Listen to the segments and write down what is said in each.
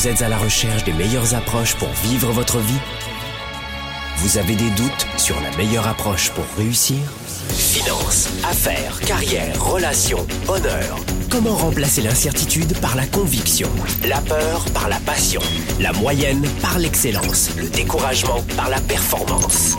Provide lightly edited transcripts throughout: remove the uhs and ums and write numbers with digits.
Vous êtes à la recherche des meilleures approches pour vivre votre vie? Vous avez des doutes sur la meilleure approche pour réussir? Finances, affaires, carrière, relations, bonheur. Comment remplacer l'incertitude par la conviction, la peur par la passion, la moyenne par l'excellence, le découragement par la performance?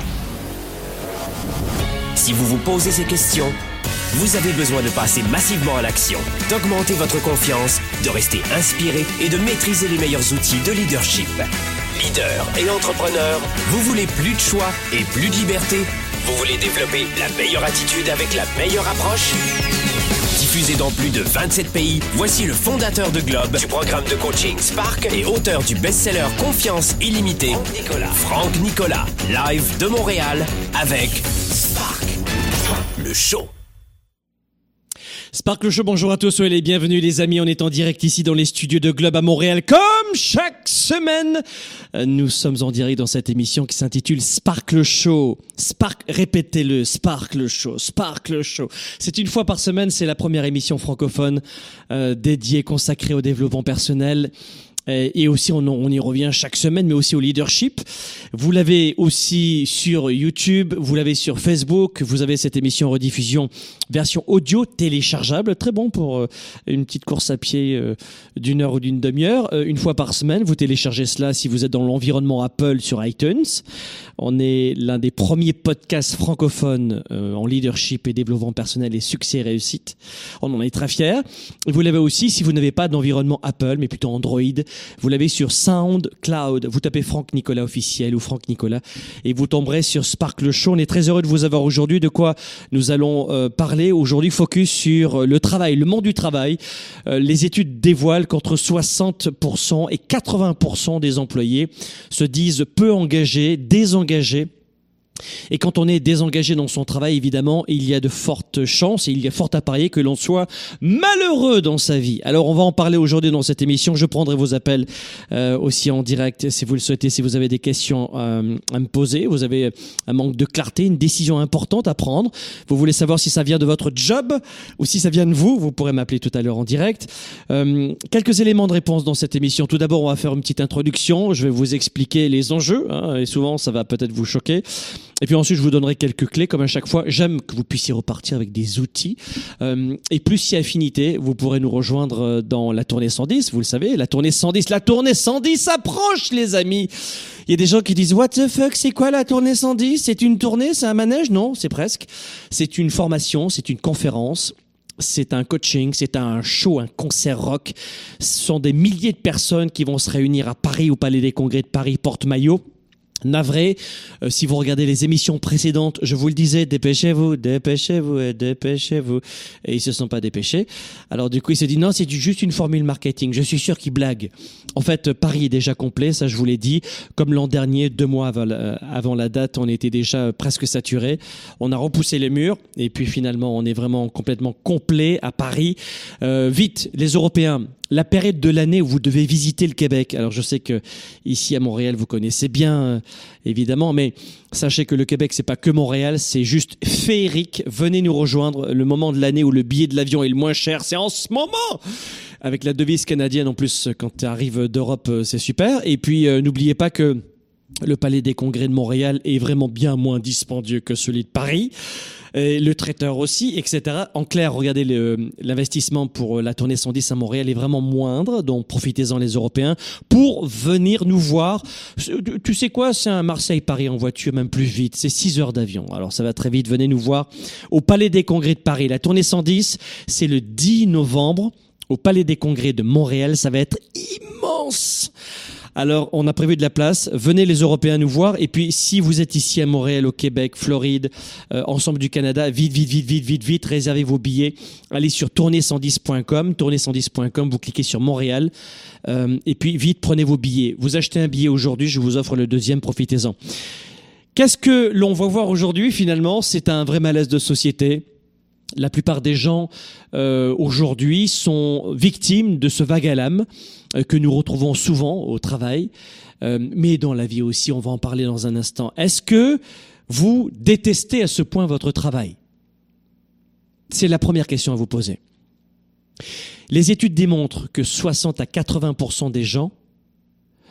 Si vous vous posez ces questions, vous avez besoin de passer massivement à l'action, d'augmenter votre confiance, de rester inspiré et de maîtriser les meilleurs outils de leadership. Leader et entrepreneur, vous voulez plus de choix et plus de liberté? Vous voulez développer la meilleure attitude avec la meilleure approche? Diffusé dans plus de 27 pays, voici le fondateur de Globe, du programme de coaching Spark et auteur du best-seller Confiance illimitée, Franck Nicolas, live de Montréal avec Spark, le show. Spark le Show, bonjour à tous, soyez les bienvenus les amis, on est en direct ici dans les studios de Globe à Montréal. Comme chaque semaine, nous sommes en direct dans cette émission qui s'intitule Spark le Show. Spark, répétez-le, Spark le Show, Spark le Show. C'est une fois par semaine, c'est la première émission francophone dédiée, consacrée au développement personnel. Et aussi, on y revient chaque semaine, mais aussi au leadership. Vous l'avez aussi sur YouTube, vous l'avez sur Facebook, vous avez cette émission en rediffusion, version audio téléchargeable, très bon pour une petite course à pied d'une heure ou d'une demi-heure. Une fois par semaine, vous téléchargez cela si vous êtes dans l'environnement Apple sur iTunes. On est l'un des premiers podcasts francophones en leadership et développement personnel et succès et réussite. On en est très fiers. Vous l'avez aussi si vous n'avez pas d'environnement Apple, mais plutôt Android. Vous l'avez sur SoundCloud. Vous tapez Franck Nicolas officiel ou Franck Nicolas et vous tomberez sur Spark le Show. On est très heureux de vous avoir aujourd'hui. De quoi nous allons parler aujourd'hui? Focus sur le travail, le monde du travail. Les études dévoilent qu'entre 60% et 80% des employés se disent peu engagés, désengagés. Et quand on est désengagé dans son travail, évidemment, il y a de fortes chances et il y a fort à parier que l'on soit malheureux dans sa vie. Alors, on va en parler aujourd'hui dans cette émission. Je prendrai vos appels aussi en direct si vous le souhaitez, si vous avez des questions à me poser. Vous avez un manque de clarté, une décision importante à prendre. Vous voulez savoir si ça vient de votre job ou si ça vient de vous. Vous pourrez m'appeler tout à l'heure en direct. Quelques éléments de réponse dans cette émission. Tout d'abord, on va faire une petite introduction. Je vais vous expliquer les enjeux, et souvent, ça va peut-être vous choquer. Et puis ensuite, je vous donnerai quelques clés, comme à chaque fois. J'aime que vous puissiez repartir avec des outils. Et plus si affinité, vous pourrez nous rejoindre dans la tournée 110. Vous le savez, la tournée 110 approche, les amis. Il y a des gens qui disent « What the fuck, c'est quoi la tournée 110 ? C'est une tournée, c'est un manège ?» Non, c'est presque. C'est une formation, c'est une conférence. C'est un coaching, c'est un show, un concert rock. Ce sont des milliers de personnes qui vont se réunir à Paris, au Palais des Congrès de Paris, Porte-Maillot. Navré, si vous regardez les émissions précédentes, je vous le disais, dépêchez-vous, dépêchez-vous et dépêchez-vous. Et ils se sont pas dépêchés. Alors du coup, il se dit non, c'est juste une formule marketing. Je suis sûr qu'ils blaguent. En fait, Paris est déjà complet, ça je vous l'ai dit. Comme l'an dernier, 2 mois avant la date, on était déjà presque saturé. On a repoussé les murs et puis finalement, on est vraiment complètement complet à Paris. Vite, les Européens. La période de l'année où vous devez visiter le Québec. Alors je sais que ici à Montréal vous connaissez bien évidemment, mais sachez que le Québec c'est pas que Montréal, c'est juste féerique. Venez nous rejoindre. Le moment de l'année où le billet de l'avion est le moins cher, c'est en ce moment. Avec la devise canadienne en plus, quand tu arrives d'Europe, c'est super. Et puis n'oubliez pas que le Palais des Congrès de Montréal est vraiment bien moins dispendieux que celui de Paris. Et le traiteur aussi, etc. En clair, regardez, l'investissement pour la tournée 110 à Montréal est vraiment moindre, donc profitez-en les Européens pour venir nous voir. Tu sais quoi, c'est un Marseille-Paris en voiture, même plus vite, c'est 6 heures d'avion. Alors ça va très vite, venez nous voir au Palais des Congrès de Paris. La tournée 110, c'est le 10 novembre au Palais des Congrès de Montréal, ça va être immense. Alors, on a prévu de la place. Venez les Européens nous voir. Et puis, si vous êtes ici à Montréal, au Québec, Floride, ensemble du Canada, vite, réservez vos billets. Allez sur tournée110.com, tournée110.com, vous cliquez sur Montréal. Et puis, vite, prenez vos billets. Vous achetez un billet aujourd'hui, je vous offre le deuxième, profitez-en. Qu'est-ce que l'on va voir aujourd'hui, finalement? C'est un vrai malaise de société. La plupart des gens aujourd'hui sont victimes de ce vague à l'âme que nous retrouvons souvent au travail, mais dans la vie aussi, on va en parler dans un instant. Est-ce que vous détestez à ce point votre travail? C'est la première question à vous poser. Les études démontrent que 60 à 80% des gens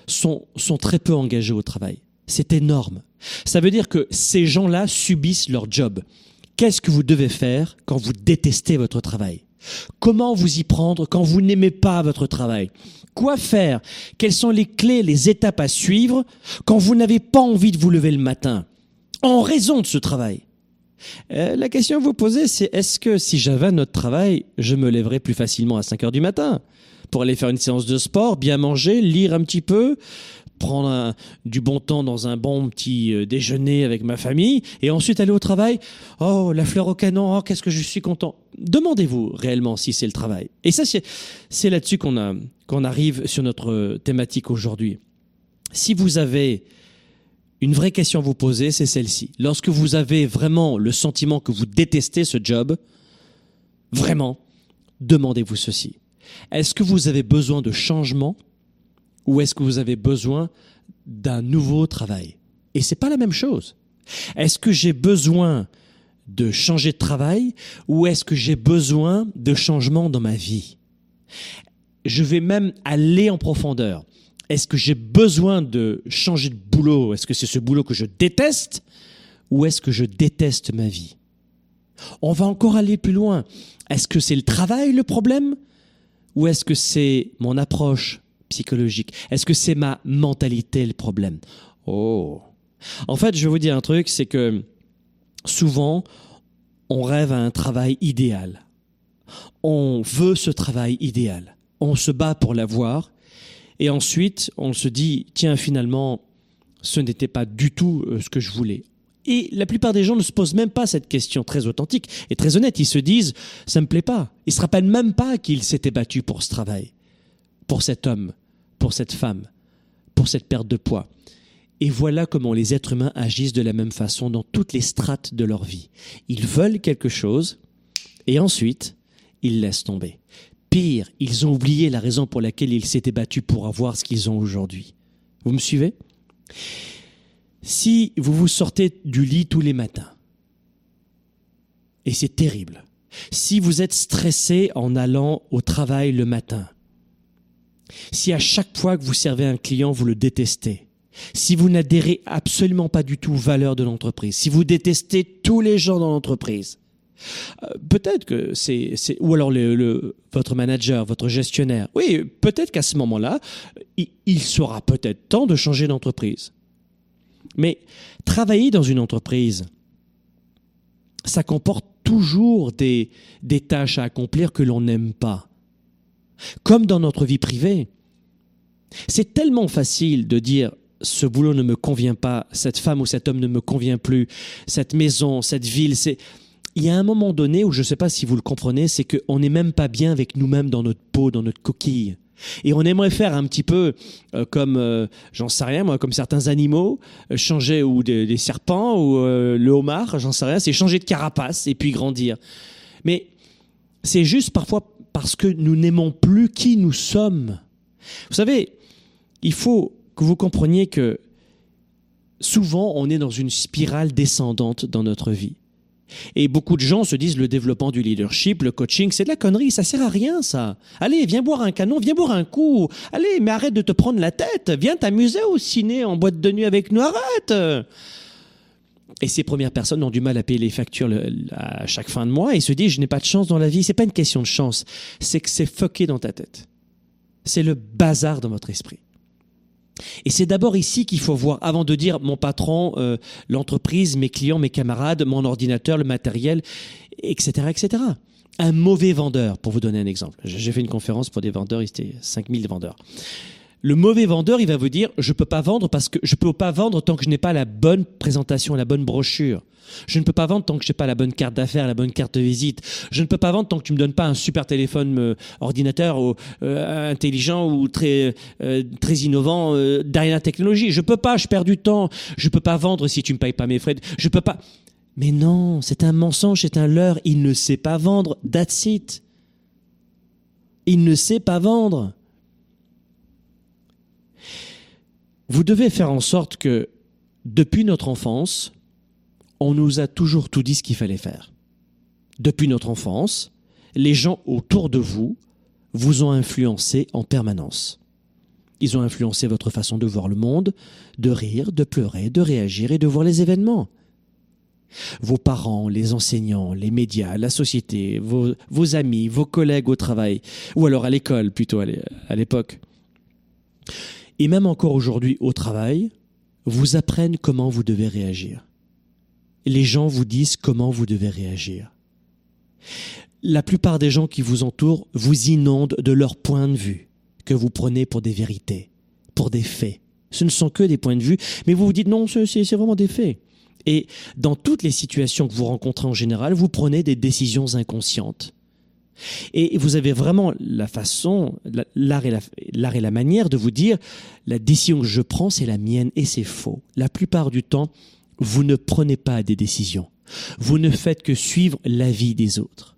sont très peu engagés au travail. C'est énorme. Ça veut dire que ces gens-là subissent leur job. Qu'est-ce que vous devez faire quand vous détestez votre travail? Comment vous y prendre quand vous n'aimez pas votre travail? Quoi faire? Quelles sont les clés, les étapes à suivre quand vous n'avez pas envie de vous lever le matin en raison de ce travail? La question que vous posez, c'est est-ce que si j'avais un autre travail, je me lèverais plus facilement à 5 heures du matin pour aller faire une séance de sport, bien manger, lire un petit peu, prendre du bon temps dans un bon petit déjeuner avec ma famille et ensuite aller au travail. Oh, la fleur au canon, oh, qu'est-ce que je suis content. Demandez-vous réellement si c'est le travail. Et ça, c'est là-dessus qu'on arrive sur notre thématique aujourd'hui. Si vous avez une vraie question à vous poser, c'est celle-ci. Lorsque vous avez vraiment le sentiment que vous détestez ce job, vraiment, demandez-vous ceci. Est-ce que vous avez besoin de changement ou est-ce que vous avez besoin d'un nouveau travail? Et c'est pas la même chose. Est-ce que j'ai besoin de changer de travail ou est-ce que j'ai besoin de changement dans ma vie? Je vais même aller en profondeur. Est-ce que j'ai besoin de changer de boulot? Est-ce que c'est ce boulot que je déteste ou est-ce que je déteste ma vie? On va encore aller plus loin. Est-ce que c'est le travail le problème ou est-ce que c'est mon approche psychologique? Est-ce que c'est ma mentalité le problème? Oh. En fait, je vais vous dire un truc, c'est que souvent, on rêve à un travail idéal. On veut ce travail idéal. On se bat pour l'avoir. Et ensuite, on se dit, tiens, finalement, ce n'était pas du tout ce que je voulais. Et la plupart des gens ne se posent même pas cette question très authentique et très honnête. Ils se disent, ça me plaît pas. Ils se rappellent même pas qu'ils s'étaient battus pour ce travail, pour cet homme, pour cette femme, pour cette perte de poids. Et voilà comment les êtres humains agissent de la même façon dans toutes les strates de leur vie. Ils veulent quelque chose et ensuite, ils laissent tomber. Pire, ils ont oublié la raison pour laquelle ils s'étaient battus pour avoir ce qu'ils ont aujourd'hui. Vous me suivez? Si vous vous sortez du lit tous les matins, et c'est terrible, si vous êtes stressé en allant au travail le matin, si à chaque fois que vous servez un client, vous le détestez, si vous n'adhérez absolument pas du tout aux valeurs de l'entreprise, si vous détestez tous les gens dans l'entreprise, peut-être que ou alors votre manager, votre gestionnaire, oui, peut-être qu'à ce moment-là, il sera peut-être temps de changer d'entreprise. Mais travailler dans une entreprise, ça comporte toujours des tâches à accomplir que l'on n'aime pas. Comme dans notre vie privée. C'est tellement facile de dire « ce boulot ne me convient pas, cette femme ou cet homme ne me convient plus, cette maison, cette ville, c'est… » Il y a un moment donné où, je ne sais pas si vous le comprenez, c'est qu'on n'est même pas bien avec nous-mêmes dans notre peau, dans notre coquille. Et on aimerait faire un petit peu comme, j'en sais rien moi, comme certains animaux, changer, ou des serpents, ou le homard, j'en sais rien, c'est changer de carapace et puis grandir. Mais c'est juste parfois parce que nous n'aimons plus qui nous sommes. Vous savez, il faut que vous compreniez que souvent on est dans une spirale descendante dans notre vie. Et beaucoup de gens se disent le développement du leadership, le coaching, c'est de la connerie, ça sert à rien ça. Allez, viens boire un canon, viens boire un coup. Allez, mais arrête de te prendre la tête. Viens t'amuser au ciné en boîte de nuit avec nous, arrête. Et ces premières personnes ont du mal à payer les factures à chaque fin de mois et se disent je n'ai pas de chance dans la vie. C'est pas une question de chance, c'est que c'est fucké dans ta tête. C'est le bazar dans votre esprit. Et c'est d'abord ici qu'il faut voir, avant de dire mon patron, l'entreprise, mes clients, mes camarades, mon ordinateur, le matériel, etc., etc. Un mauvais vendeur, pour vous donner un exemple. J'ai fait une conférence pour des vendeurs, il y avait 5000 vendeurs. Le mauvais vendeur, il va vous dire, je peux pas vendre parce que je peux pas vendre tant que je n'ai pas la bonne présentation, la bonne brochure. Je ne peux pas vendre tant que je n'ai pas la bonne carte d'affaires, la bonne carte de visite. Je ne peux pas vendre tant que tu me donnes pas un super téléphone ordinateur ou, intelligent ou très innovant derrière la technologie. Je peux pas, je perds du temps. Je peux pas vendre si tu me payes pas mes frais. Je peux pas. Mais non, c'est un mensonge, c'est un leurre. Il ne sait pas vendre. That's it. Il ne sait pas vendre. Vous devez faire en sorte que, depuis notre enfance, on nous a toujours tout dit ce qu'il fallait faire. Depuis notre enfance, les gens autour de vous vous ont influencé en permanence. Ils ont influencé votre façon de voir le monde, de rire, de pleurer, de réagir et de voir les événements. Vos parents, les enseignants, les médias, la société, vos amis, vos collègues au travail, ou alors à l'école plutôt à l'époque. Et même encore aujourd'hui au travail, vous apprennent comment vous devez réagir. Les gens vous disent comment vous devez réagir. La plupart des gens qui vous entourent vous inondent de leur point de vue, que vous prenez pour des vérités, pour des faits. Ce ne sont que des points de vue, mais vous vous dites non, c'est vraiment des faits. Et dans toutes les situations que vous rencontrez en général, vous prenez des décisions inconscientes. Et vous avez vraiment la façon, l'art et la manière de vous dire la décision que je prends, c'est la mienne, et c'est faux. La plupart du temps, vous ne prenez pas des décisions. Vous ne faites que suivre l'avis des autres.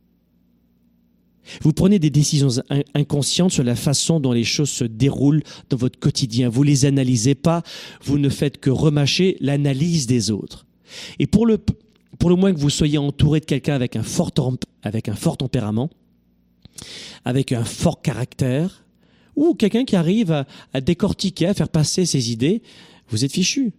Vous prenez des décisions inconscientes sur la façon dont les choses se déroulent dans votre quotidien. Vous les analysez pas, vous ne faites que remâcher l'analyse des autres. Et pour le moins que vous soyez entouré de quelqu'un avec un fort tempérament, avec un fort caractère, ou quelqu'un qui arrive à décortiquer, à faire passer ses idées, vous êtes fichu.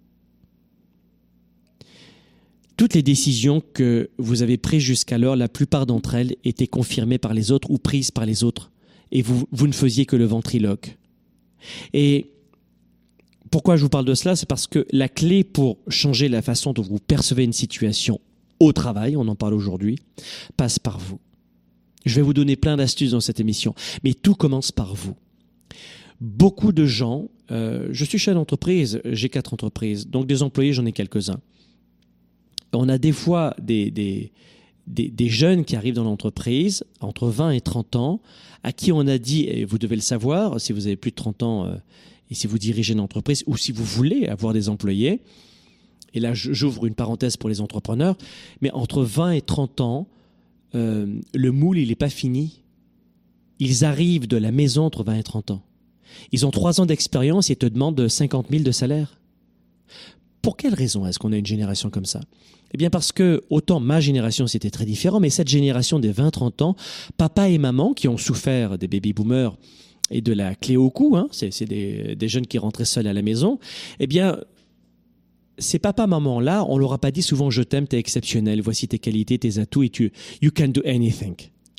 Toutes les décisions que vous avez prises jusqu'alors, la plupart d'entre elles étaient confirmées par les autres ou prises par les autres. Et vous ne faisiez que le ventriloque. Et pourquoi je vous parle de cela? C'est parce que la clé pour changer la façon dont vous percevez une situation au travail, on en parle aujourd'hui, passe par vous. Je vais vous donner plein d'astuces dans cette émission, mais tout commence par vous. Beaucoup de gens, je suis chef d'entreprise, j'ai 4 entreprises, donc des employés, j'en ai quelques-uns. On a des fois des jeunes qui arrivent dans l'entreprise, entre 20 et 30 ans, à qui on a dit, et vous devez le savoir, si vous avez plus de 30 ans et si vous dirigez une entreprise ou si vous voulez avoir des employés, et là j'ouvre une parenthèse pour les entrepreneurs, mais entre 20 et 30 ans, le moule, il n'est pas fini. Ils arrivent de la maison entre 20 et 30 ans. Ils ont 3 ans d'expérience et te demandent 50 000 de salaire. Pour quelle raison est-ce qu'on a une génération comme ça? Eh bien parce que, autant ma génération c'était très différent, mais cette génération des 20-30 ans, papa et maman qui ont souffert des baby-boomers et de la clé au cou, c'est des jeunes qui rentraient seuls à la maison, eh bien ces papa-maman-là, on leur a pas dit souvent « je t'aime, t'es exceptionnel, voici tes qualités, tes atouts et you can do anything ».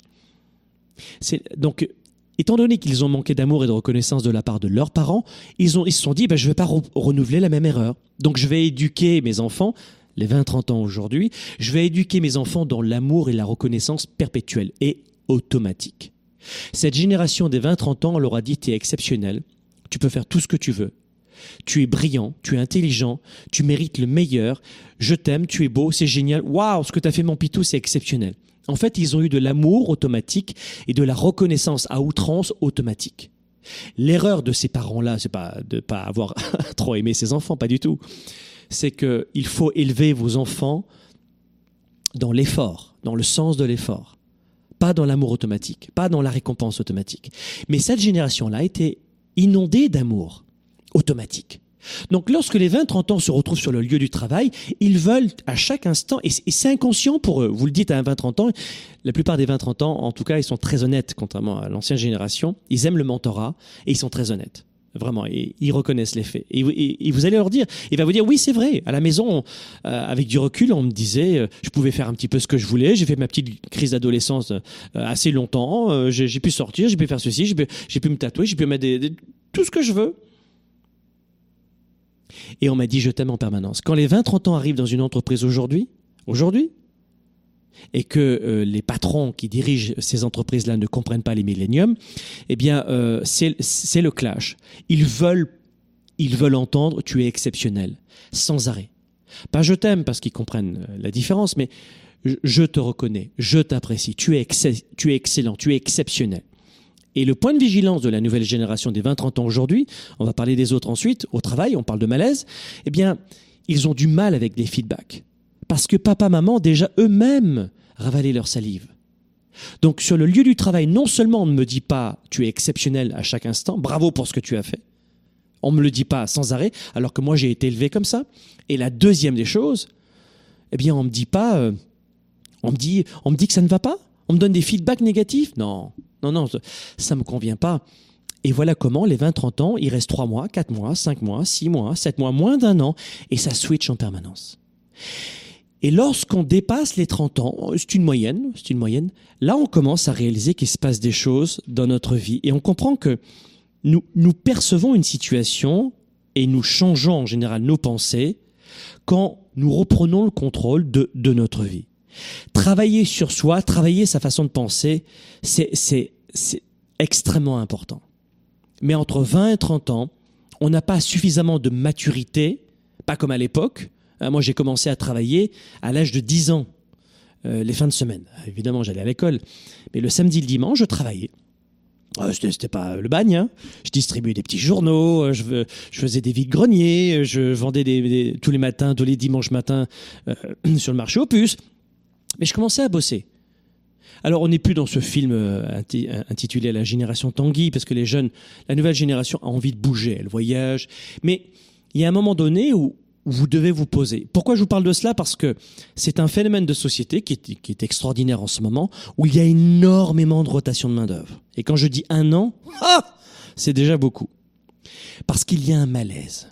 Donc, étant donné qu'ils ont manqué d'amour et de reconnaissance de la part de leurs parents, ils se sont dit je ne vais pas renouveler la même erreur. Donc je vais éduquer mes enfants, les 20-30 ans aujourd'hui, je vais éduquer mes enfants dans l'amour et la reconnaissance perpétuelle et automatique. Cette génération des 20-30 ans, on leur a dit tu es exceptionnel, tu peux faire tout ce que tu veux. Tu es brillant, tu es intelligent, tu mérites le meilleur, je t'aime, tu es beau, c'est génial, waouh, ce que tu as fait mon pitou, c'est exceptionnel. En fait, ils ont eu de l'amour automatique et de la reconnaissance à outrance automatique. L'erreur de ces parents-là, c'est pas de pas avoir trop aimé ses enfants, pas du tout. C'est qu'il faut élever vos enfants dans l'effort, dans le sens de l'effort. Pas dans l'amour automatique, pas dans la récompense automatique. Mais cette génération-là a été inondée d'amour automatique. Donc, lorsque les 20-30 ans se retrouvent sur le lieu du travail, ils veulent à chaque instant, et c'est inconscient pour eux, vous le dites à un 20-30 ans, la plupart des 20-30 ans, en tout cas, ils sont très honnêtes, contrairement à l'ancienne génération, ils aiment le mentorat et ils sont très honnêtes. Vraiment, et ils reconnaissent les faits. Et vous allez leur dire, il va vous dire, oui, c'est vrai, à la maison, avec du recul, on me disait, je pouvais faire un petit peu ce que je voulais, j'ai fait ma petite crise d'adolescence assez longtemps, j'ai pu sortir, j'ai pu faire ceci, j'ai pu me tatouer, j'ai pu mettre tout ce que je veux. Et on m'a dit, je t'aime en permanence. Quand les 20-30 ans arrivent dans une entreprise aujourd'hui, et que les patrons qui dirigent ces entreprises-là ne comprennent pas les milléniums, eh bien, c'est le clash. Ils veulent entendre « tu es exceptionnel », sans arrêt. Pas « je t'aime » parce qu'ils comprennent la différence, mais « je te reconnais, je t'apprécie, tu es excellent, tu es exceptionnel ». Et le point de vigilance de la nouvelle génération des 20-30 ans aujourd'hui, on va parler des autres ensuite, au travail, on parle de malaise, eh bien, ils ont du mal avec des feedbacks. Parce que papa, maman, déjà eux-mêmes ravalaient leur salive. Donc, sur le lieu du travail, non seulement on ne me dit pas « tu es exceptionnel à chaque instant, bravo pour ce que tu as fait », on ne me le dit pas sans arrêt, alors que moi j'ai été élevé comme ça. Et la deuxième des choses, eh bien, on me dit pas, on me dit que ça ne va pas. On me donne des feedbacks négatifs. Non, ça me convient pas. Et voilà comment les 20-30 ans, il reste 3 mois, 4 mois, 5 mois, 6 mois, 7 mois, moins d'un an, et ça switch en permanence. Et lorsqu'on dépasse les 30 ans, c'est une moyenne, là on commence à réaliser qu'il se passe des choses dans notre vie. Et on comprend que nous percevons une situation et nous changeons en général nos pensées quand nous reprenons le contrôle de notre vie. Travailler sur soi, travailler sa façon de penser, c'est extrêmement important. Mais entre 20 et 30 ans, on n'a pas suffisamment de maturité, pas comme à l'époque. Moi, j'ai commencé à travailler à l'âge de 10 ans, les fins de semaine. Évidemment, j'allais à l'école. Mais le samedi, le dimanche, je travaillais. C'était pas le bagne, hein. Je distribuais des petits journaux, je faisais des vides-greniers, je vendais tous les matins, tous les dimanches matins sur le marché aux puces. Mais je commençais à bosser. Alors, on n'est plus dans ce film intitulé La génération Tanguy, parce que la nouvelle génération a envie de bouger, elle voyage. Mais il y a un moment donné où vous devez vous poser. Pourquoi je vous parle de cela? Parce que c'est un phénomène de société qui est extraordinaire en ce moment, où il y a énormément de rotation de main-d'œuvre. Et quand je dis 1 an, c'est déjà beaucoup. Parce qu'il y a un malaise.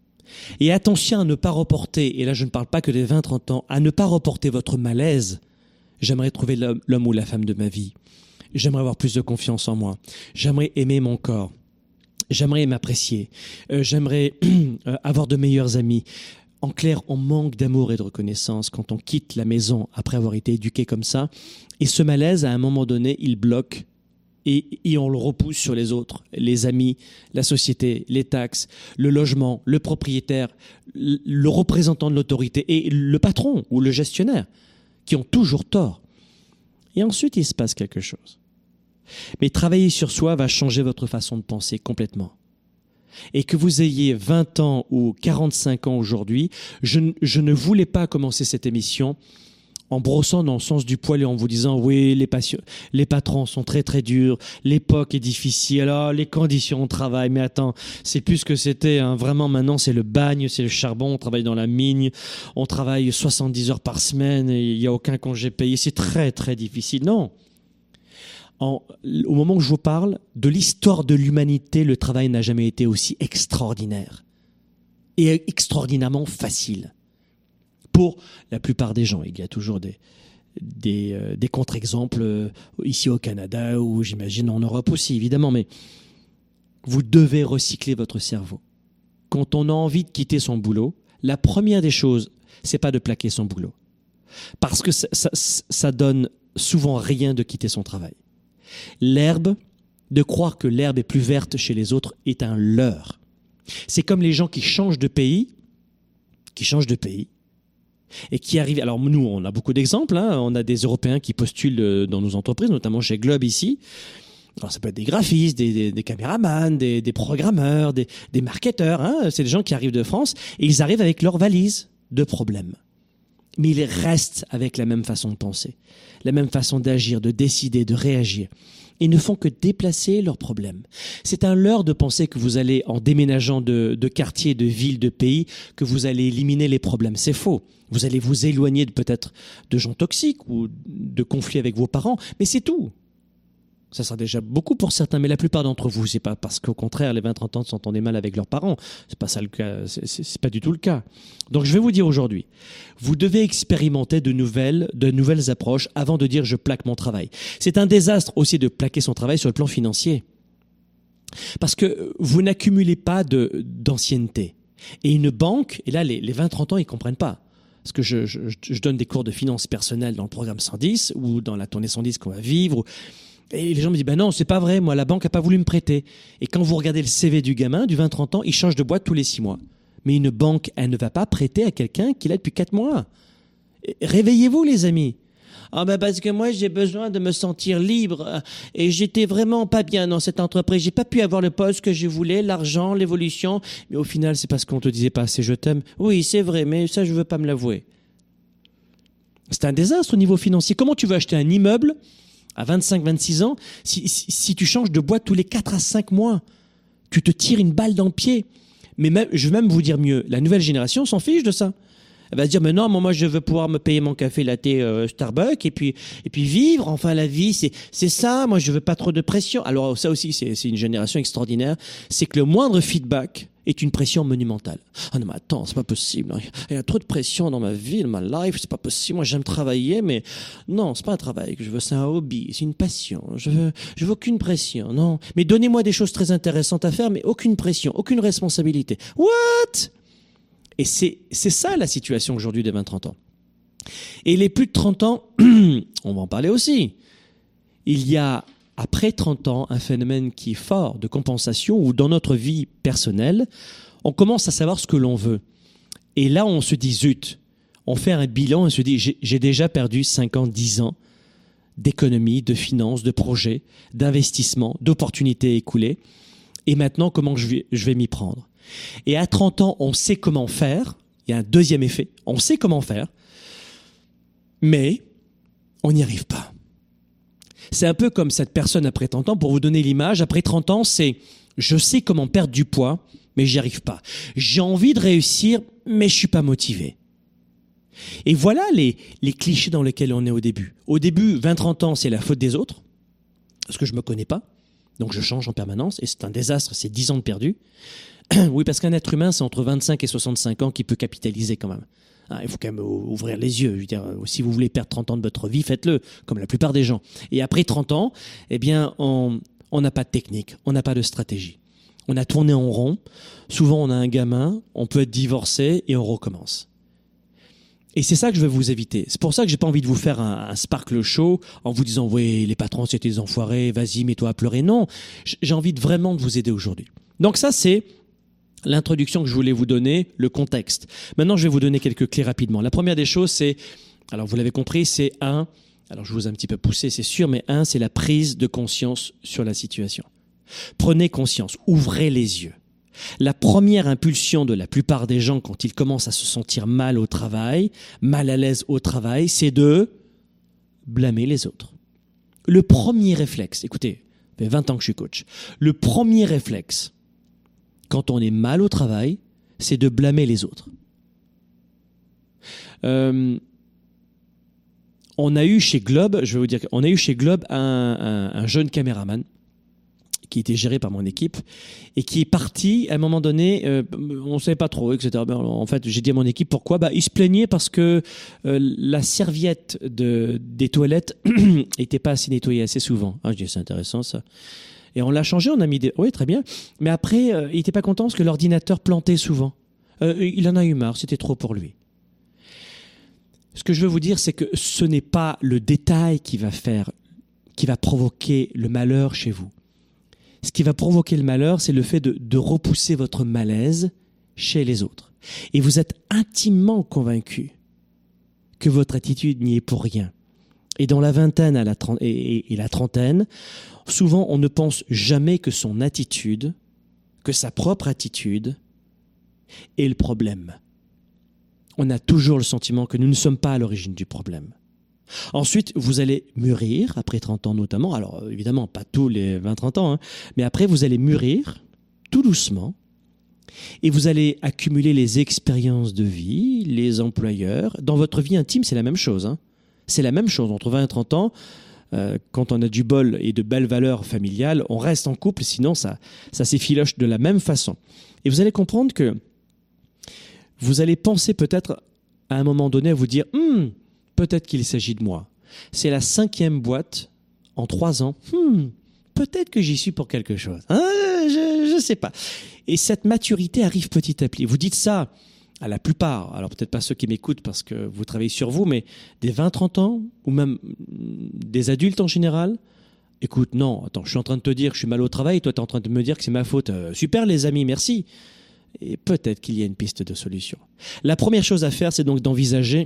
Et attention à ne pas reporter, et là je ne parle pas que des 20-30 ans, à ne pas reporter votre malaise. J'aimerais trouver l'homme ou la femme de ma vie. J'aimerais avoir plus de confiance en moi. J'aimerais aimer mon corps. J'aimerais m'apprécier. J'aimerais avoir de meilleurs amis. En clair, on manque d'amour et de reconnaissance quand on quitte la maison après avoir été éduqué comme ça. Et ce malaise, à un moment donné, il bloque et on le repousse sur les autres, les amis, la société, les taxes, le logement, le propriétaire, le représentant de l'autorité et le patron ou le gestionnaire qui ont toujours tort. Et ensuite, il se passe quelque chose. Mais travailler sur soi va changer votre façon de penser complètement. Et que vous ayez 20 ans ou 45 ans aujourd'hui, je ne voulais pas commencer cette émission en brossant dans le sens du poil et en vous disant « Oui, les patrons sont très très durs, l'époque est difficile, alors les conditions de travail, mais attends, c'est plus ce que c'était, hein. Vraiment maintenant c'est le bagne, c'est le charbon, on travaille dans la mine, on travaille 70 heures par semaine et il n'y a aucun congé payé, c'est très très difficile. » Non. Au moment où je vous parle, de l'histoire de l'humanité, le travail n'a jamais été aussi extraordinaire et extraordinairement facile. Pour la plupart des gens, il y a toujours des contre-exemples ici au Canada ou j'imagine en Europe aussi, évidemment, mais vous devez recycler votre cerveau. Quand on a envie de quitter son boulot, la première des choses, c'est pas de plaquer son boulot. Parce que ça donne souvent rien de quitter son travail. De croire que l'herbe est plus verte chez les autres est un leurre. C'est comme les gens qui changent de pays, et qui arrivent. Alors nous, on a beaucoup d'exemples, hein. On a des Européens qui postulent dans nos entreprises, notamment chez Globe ici. Alors ça peut être des graphistes, des caméramans, des programmeurs, des marketeurs, hein. C'est des gens qui arrivent de France et ils arrivent avec leur valise de problèmes. Mais ils restent avec la même façon de penser, la même façon d'agir, de décider, de réagir. Ils ne font que déplacer leurs problèmes. C'est un leurre de penser que vous allez, en déménageant de quartier, de ville, de pays, que vous allez éliminer les problèmes. C'est faux. Vous allez vous éloigner peut-être de gens toxiques ou de conflits avec vos parents, mais c'est tout. Ça sera déjà beaucoup pour certains, mais la plupart d'entre vous, c'est pas parce qu'au contraire, les 20-30 ans s'entendaient mal avec leurs parents. C'est pas ça le cas. C'est pas du tout le cas. Donc, je vais vous dire aujourd'hui, vous devez expérimenter de nouvelles approches avant de dire je plaque mon travail. C'est un désastre aussi de plaquer son travail sur le plan financier. Parce que vous n'accumulez pas d'ancienneté. Et une banque, et là, les 20-30 ans, ils comprennent pas. Parce que je donne des cours de finances personnelles dans le programme 110 ou dans la tournée 110 qu'on va vivre. Et les gens me disent, non, c'est pas vrai, moi, la banque a pas voulu me prêter. Et quand vous regardez le CV du gamin, du 20-30 ans, il change de boîte tous les 6 mois. Mais une banque, elle ne va pas prêter à quelqu'un qui l'a depuis 4 mois. Réveillez-vous, les amis. Parce que moi, j'ai besoin de me sentir libre. Et j'étais vraiment pas bien dans cette entreprise. J'ai pas pu avoir le poste que je voulais, l'argent, l'évolution. Mais au final, c'est parce qu'on te disait pas assez je t'aime. Oui, c'est vrai, mais ça, je veux pas me l'avouer. C'est un désastre au niveau financier. Comment tu veux acheter un immeuble à 25-26 ans, si tu changes de boîte tous les 4 à 5 mois, tu te tires une balle dans le pied. Mais même, je vais même vous dire mieux, la nouvelle génération s'en fiche de ça. Elle va se dire, mais non, moi je veux pouvoir me payer mon café latte Starbucks et puis vivre. Enfin, la vie, c'est ça. Moi, je veux pas trop de pression. Alors ça aussi, c'est une génération extraordinaire. C'est que le moindre feedback est une pression monumentale. Ah non, mais attends, c'est pas possible. Il y a trop de pression dans ma vie, dans ma life. C'est pas possible. Moi, j'aime travailler, mais non, c'est pas un travail que je veux. C'est un hobby. C'est une passion. Je veux aucune pression. Non. Mais donnez-moi des choses très intéressantes à faire, mais aucune pression, aucune responsabilité. What? Et c'est ça la situation aujourd'hui des 20-30 ans. Et les plus de 30 ans, on va en parler aussi. Il y a, après 30 ans, un phénomène qui est fort de compensation où dans notre vie personnelle, on commence à savoir ce que l'on veut. Et là, on se dit, zut, on fait un bilan et on se dit, j'ai déjà perdu 5 ans, 10 ans d'économie, de finances, de projets, d'investissements, d'opportunités écoulées. Et maintenant, comment je vais m'y prendre? Et à 30 ans, on sait comment faire. Il y a un deuxième effet. On sait comment faire, mais on n'y arrive pas. C'est un peu comme cette personne après 30 ans. Pour vous donner l'image, après 30 ans, c'est je sais comment perdre du poids, mais j'y arrive pas. J'ai envie de réussir, mais je suis pas motivé. Et voilà les clichés dans lesquels on est au début. Au début, 20-30 ans, c'est la faute des autres, parce que je me connais pas. Donc je change en permanence, et c'est un désastre, c'est 10 ans de perdu. Oui, parce qu'un être humain, c'est entre 25 et 65 ans qui peut capitaliser quand même. Il faut quand même ouvrir les yeux. Je veux dire, si vous voulez perdre 30 ans de votre vie, faites-le, comme la plupart des gens. Et après 30 ans, eh bien, on n'a pas de technique, on n'a pas de stratégie. On a tourné en rond. Souvent, on a un gamin, on peut être divorcé et on recommence. Et c'est ça que je veux vous éviter. C'est pour ça que j'ai pas envie de vous faire un Sparkle Show en vous disant, oui, les patrons, c'était des enfoirés, vas-y, mets-toi à pleurer. Non, j'ai envie vraiment de vous aider aujourd'hui. Donc ça, c'est l'introduction que je voulais vous donner, le contexte. Maintenant, je vais vous donner quelques clés rapidement. La première des choses, c'est, alors vous l'avez compris, c'est alors je vous ai un petit peu poussé, c'est sûr, mais c'est la prise de conscience sur la situation. Prenez conscience, ouvrez les yeux. La première impulsion de la plupart des gens quand ils commencent à se sentir mal au travail, mal à l'aise au travail, c'est de blâmer les autres. Le premier réflexe, écoutez, ça fait 20 ans que je suis coach, le premier réflexe, quand on est mal au travail, c'est de blâmer les autres. On a eu chez Globe, je vais vous dire, on a eu chez Globe un jeune caméraman qui était géré par mon équipe et qui est parti à un moment donné, on ne savait pas trop, etc. En fait, j'ai dit à mon équipe pourquoi. Il se plaignait parce que la serviette des toilettes n'était pas assez nettoyée assez souvent. Je dis c'est intéressant ça. Et on l'a changé, on a mis des... Oui, très bien. Mais après, il n'était pas content parce que l'ordinateur plantait souvent. Il en a eu marre, c'était trop pour lui. Ce que je veux vous dire, c'est que ce n'est pas le détail qui va provoquer le malheur chez vous. Ce qui va provoquer le malheur, c'est le fait de repousser votre malaise chez les autres. Et vous êtes intimement convaincu que votre attitude n'y est pour rien. Et dans la vingtaine et la trentaine, souvent on ne pense jamais que son attitude, que sa propre attitude est le problème. On a toujours le sentiment que nous ne sommes pas à l'origine du problème. Ensuite, vous allez mûrir, après 30 ans notamment, alors évidemment pas tous les 20-30 ans, mais après vous allez mûrir tout doucement et vous allez accumuler les expériences de vie, les employeurs. Dans votre vie intime, c'est la même chose. C'est la même chose, entre 20 et 30 ans, quand on a du bol et de belles valeurs familiales, on reste en couple, sinon ça s'effiloche de la même façon. Et vous allez comprendre que vous allez penser peut-être à un moment donné à vous dire peut-être qu'il s'agit de moi. C'est la 5e boîte en 3 ans. Peut-être que j'y suis pour quelque chose. Je sais pas. Et cette maturité arrive petit à petit. Vous dites ça à la plupart, alors peut-être pas ceux qui m'écoutent parce que vous travaillez sur vous, mais des 20-30 ans, ou même des adultes en général, écoute, non, attends, je suis en train de te dire que je suis mal au travail, toi tu es en train de me dire que c'est ma faute. Super les amis, merci. Et peut-être qu'il y a une piste de solution. La première chose à faire, c'est donc d'envisager,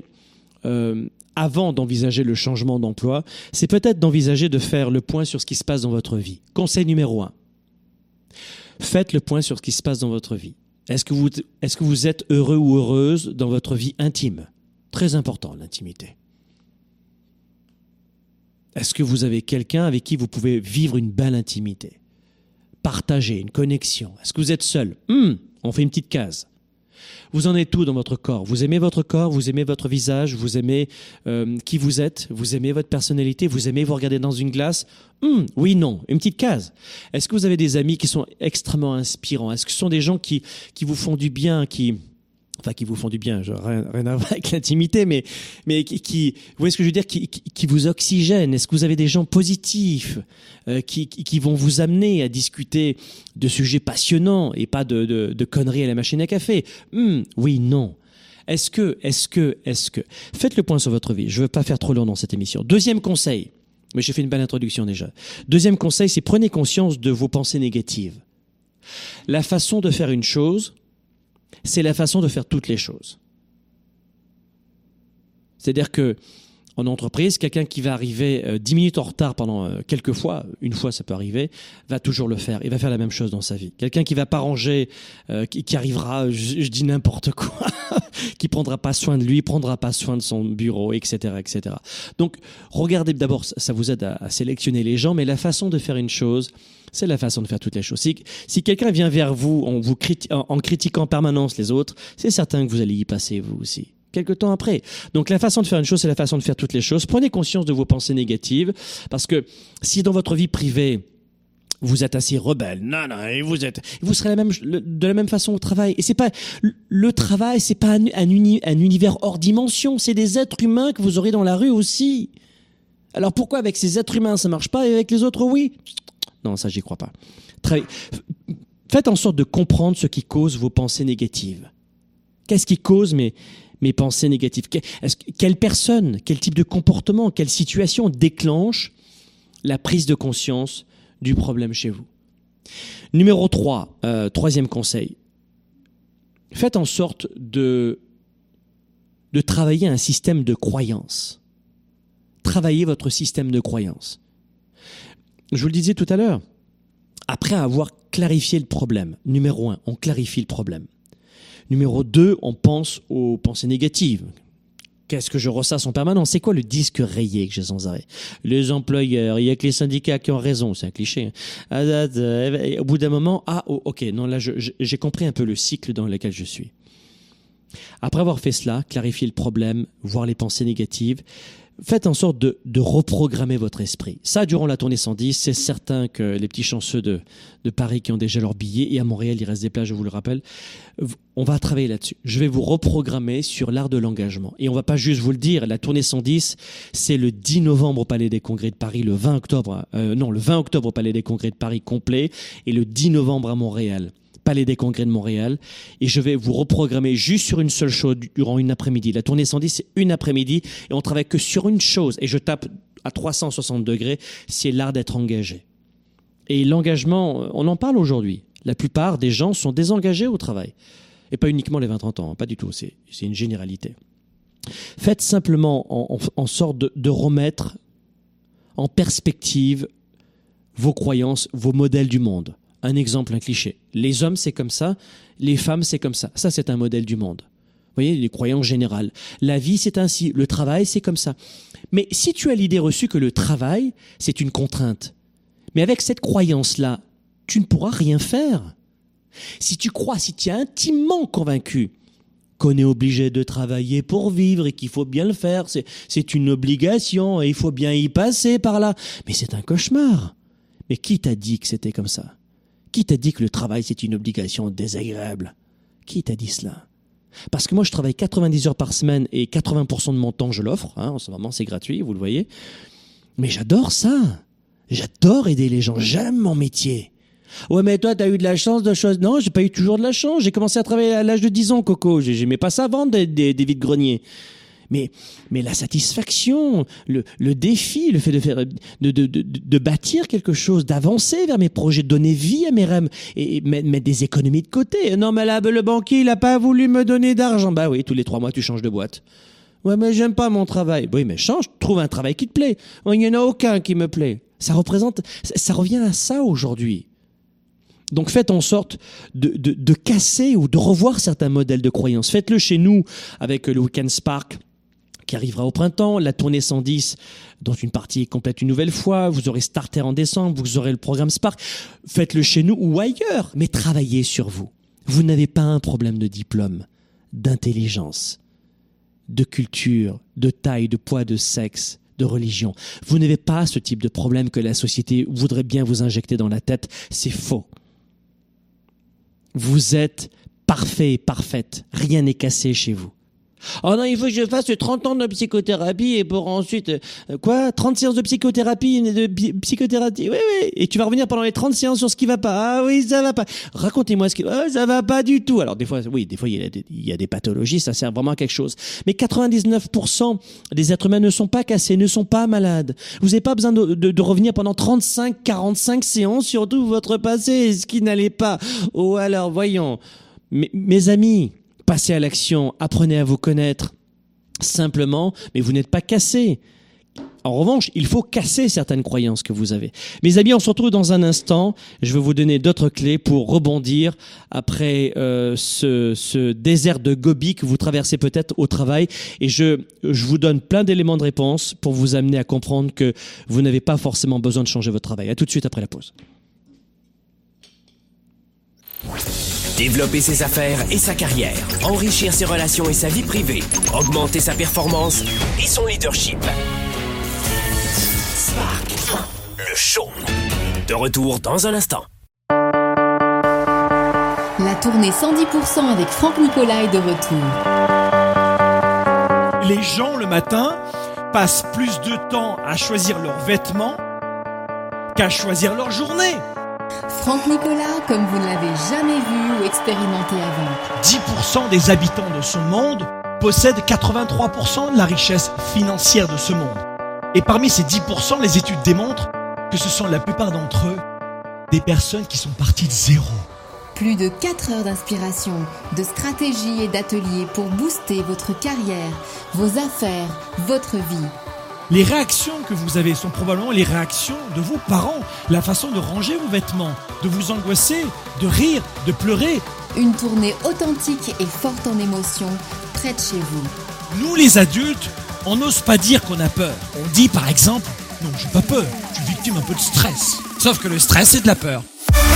avant d'envisager le changement d'emploi, c'est peut-être d'envisager de faire le point sur ce qui se passe dans votre vie. Conseil numéro 1. Faites le point sur ce qui se passe dans votre vie. Est-ce que vous êtes heureux ou heureuse dans votre vie intime? Très important, l'intimité. Est-ce que vous avez quelqu'un avec qui vous pouvez vivre une belle intimité? Partager, une connexion. Est-ce que vous êtes seul? On fait une petite case. Vous en êtes où dans votre corps? Vous aimez votre corps, vous aimez votre visage, vous aimez qui vous êtes, vous aimez votre personnalité, vous aimez vous regarder dans une glace? Oui, non, une petite case. Est-ce que vous avez des amis qui sont extrêmement inspirants? Est-ce que ce sont des gens qui vous font du bien, qui vous font du bien, rien à voir avec l'intimité, mais qui, vous voyez ce que je veux dire, qui vous oxygènent? Est-ce que vous avez des gens positifs, qui vont vous amener à discuter de sujets passionnants et pas de conneries à la machine à café? Oui, non. Est-ce que, faites le point sur votre vie. Je veux pas faire trop long dans cette émission. Deuxième conseil. Mais j'ai fait une belle introduction déjà. Deuxième conseil, c'est prenez conscience de vos pensées négatives. La façon de faire une chose, c'est la façon de faire toutes les choses. C'est-à-dire que en entreprise, quelqu'un qui va arriver 10 minutes en retard pendant quelques fois, une fois ça peut arriver, va toujours le faire. Il va faire la même chose dans sa vie. Quelqu'un qui va pas ranger, qui arrivera, je dis n'importe quoi, qui prendra pas soin de lui, prendra pas soin de son bureau, etc., etc. Donc, regardez d'abord, ça vous aide à sélectionner les gens, mais la façon de faire une chose, c'est la façon de faire toutes les choses. Si quelqu'un vient vers vous en critiquant en permanence les autres, c'est certain que vous allez y passer vous aussi. Quelque temps après. Donc la façon de faire une chose, c'est la façon de faire toutes les choses. Prenez conscience de vos pensées négatives, parce que si dans votre vie privée, vous êtes assez rebelle, et vous serez de la même façon au travail. Et c'est pas, le travail, c'est pas un univers hors dimension, c'est des êtres humains que vous aurez dans la rue aussi. Alors pourquoi avec ces êtres humains ça marche pas et avec les autres oui? Non, ça j'y crois pas. Faites en sorte de comprendre ce qui cause vos pensées négatives. Qu'est-ce qui cause mes pensées négatives? Quelle personne, quel type de comportement, quelle situation déclenche la prise de conscience du problème chez vous? Numéro 3, troisième conseil. Faites en sorte de travailler un système de croyance. Travaillez votre système de croyance. Je vous le disais tout à l'heure, après avoir clarifié le problème, numéro 1, on clarifie le problème. Numéro 2, on pense aux pensées négatives. Qu'est-ce que je ressasse en permanence? C'est quoi le disque rayé que j'ai sans arrêt? Les employeurs, il y a que les syndicats qui ont raison, c'est un cliché. Au bout d'un moment, ok, non, là, j'ai compris un peu le cycle dans lequel je suis. Après avoir fait cela, clarifier le problème, voir les pensées négatives, faites en sorte de reprogrammer votre esprit. Ça, durant la tournée 110, c'est certain que les petits chanceux de Paris qui ont déjà leur billet, et à Montréal, il reste des places, je vous le rappelle, on va travailler là-dessus. Je vais vous reprogrammer sur l'art de l'engagement. Et on va pas juste vous le dire, la tournée 110, c'est le 10 novembre au Palais des Congrès de Paris, le 20 octobre au Palais des Congrès de Paris complet, et le 10 novembre à Montréal. Palais des Congrès de Montréal, et je vais vous reprogrammer juste sur une seule chose durant une après-midi. La tournée 110, c'est une après-midi, et on travaille que sur une chose, et je tape à 360 degrés, c'est l'art d'être engagé. Et l'engagement, on en parle aujourd'hui. La plupart des gens sont désengagés au travail. Et pas uniquement les 20-30 ans, pas du tout, c'est une généralité. Faites simplement en sorte de remettre en perspective vos croyances, vos modèles du monde. Un exemple, un cliché. Les hommes, c'est comme ça. Les femmes, c'est comme ça. Ça, c'est un modèle du monde. Vous voyez, les croyances générales. La vie, c'est ainsi. Le travail, c'est comme ça. Mais si tu as l'idée reçue que le travail, c'est une contrainte, mais avec cette croyance-là, tu ne pourras rien faire. Si tu es intimement convaincu qu'on est obligé de travailler pour vivre et qu'il faut bien le faire, c'est une obligation et il faut bien y passer par là. Mais c'est un cauchemar. Mais qui t'a dit que c'était comme ça? Qui t'a dit que le travail, c'est une obligation désagréable? Qui t'a dit cela? Parce que moi, je travaille 90 heures par semaine et 80% de mon temps, je l'offre. En ce moment, c'est gratuit, vous le voyez. Mais j'adore ça. J'adore aider les gens. J'aime mon métier. Ouais, mais toi, t'as eu de la chance de choses. Non, j'ai pas eu toujours de la chance. J'ai commencé à travailler à l'âge de 10 ans, Coco. J'aimais pas ça vendre des vides-greniers. Mais la satisfaction, le défi, le fait de bâtir quelque chose, d'avancer vers mes projets, de donner vie à mes rêves et mettre des économies de côté. Non, mais là, le banquier, il a pas voulu me donner d'argent. Bah oui, tous les 3 mois, tu changes de boîte. Ouais, mais j'aime pas mon travail. Oui, mais change, trouve un travail qui te plaît. Il n'y en a aucun qui me plaît. Ça revient à ça aujourd'hui. Donc faites en sorte de casser ou de revoir certains modèles de croyances. Faites-le chez nous avec le Weekend Spark qui arrivera au printemps, la tournée 110 dont une partie est complète une nouvelle fois, vous aurez Starter en décembre, vous aurez le programme Spark. Faites-le chez nous ou ailleurs, mais travaillez sur vous. Vous n'avez pas un problème de diplôme, d'intelligence, de culture, de taille, de poids, de sexe, de religion. Vous n'avez pas ce type de problème que la société voudrait bien vous injecter dans la tête. C'est faux. Vous êtes parfait et parfaite. Rien n'est cassé chez vous. Oh non, il faut que je fasse 30 ans de psychothérapie et pour ensuite... 30 séances de psychothérapie, psychothérapie, oui. Et tu vas revenir pendant les 30 séances sur ce qui va pas. Ah oui, ça va pas. Racontez-moi ce qui... ça va pas du tout. Alors des fois, il y a des pathologies, ça sert vraiment à quelque chose. Mais 99% des êtres humains ne sont pas cassés, ne sont pas malades. Vous n'avez pas besoin de revenir pendant 35, 45 séances sur tout votre passé, ce qui n'allait pas. Oh alors, voyons. Mes amis... Passez à l'action, apprenez à vous connaître simplement, mais vous n'êtes pas cassé. En revanche, il faut casser certaines croyances que vous avez. Mes amis, on se retrouve dans un instant. Je vais vous donner d'autres clés pour rebondir après ce désert de Gobi que vous traversez peut-être au travail. Et je vous donne plein d'éléments de réponse pour vous amener à comprendre que vous n'avez pas forcément besoin de changer votre travail. À tout de suite après la pause. Développer ses affaires et sa carrière, enrichir ses relations et sa vie privée, augmenter sa performance et son leadership. Spark, le show. De retour dans un instant. La tournée 110% avec Franck Nicolas est de retour. Les gens, le matin, passent plus de temps à choisir leurs vêtements qu'à choisir leur journée. Franck Nicolas, comme vous ne l'avez jamais vu ou expérimenté avant. 10% des habitants de ce monde possèdent 83% de la richesse financière de ce monde. Et parmi ces 10%, les études démontrent que ce sont la plupart d'entre eux des personnes qui sont parties de zéro. Plus de 4 heures d'inspiration, de stratégie et d'ateliers pour booster votre carrière, vos affaires, votre vie. Les réactions que vous avez sont probablement les réactions de vos parents, la façon de ranger vos vêtements, de vous angoisser, de rire, de pleurer. Une tournée authentique et forte en émotions, près de chez vous. Nous les adultes, on n'ose pas dire qu'on a peur. On dit par exemple, non, j'ai pas peur, je suis victime un peu de stress. Sauf que le stress, c'est de la peur.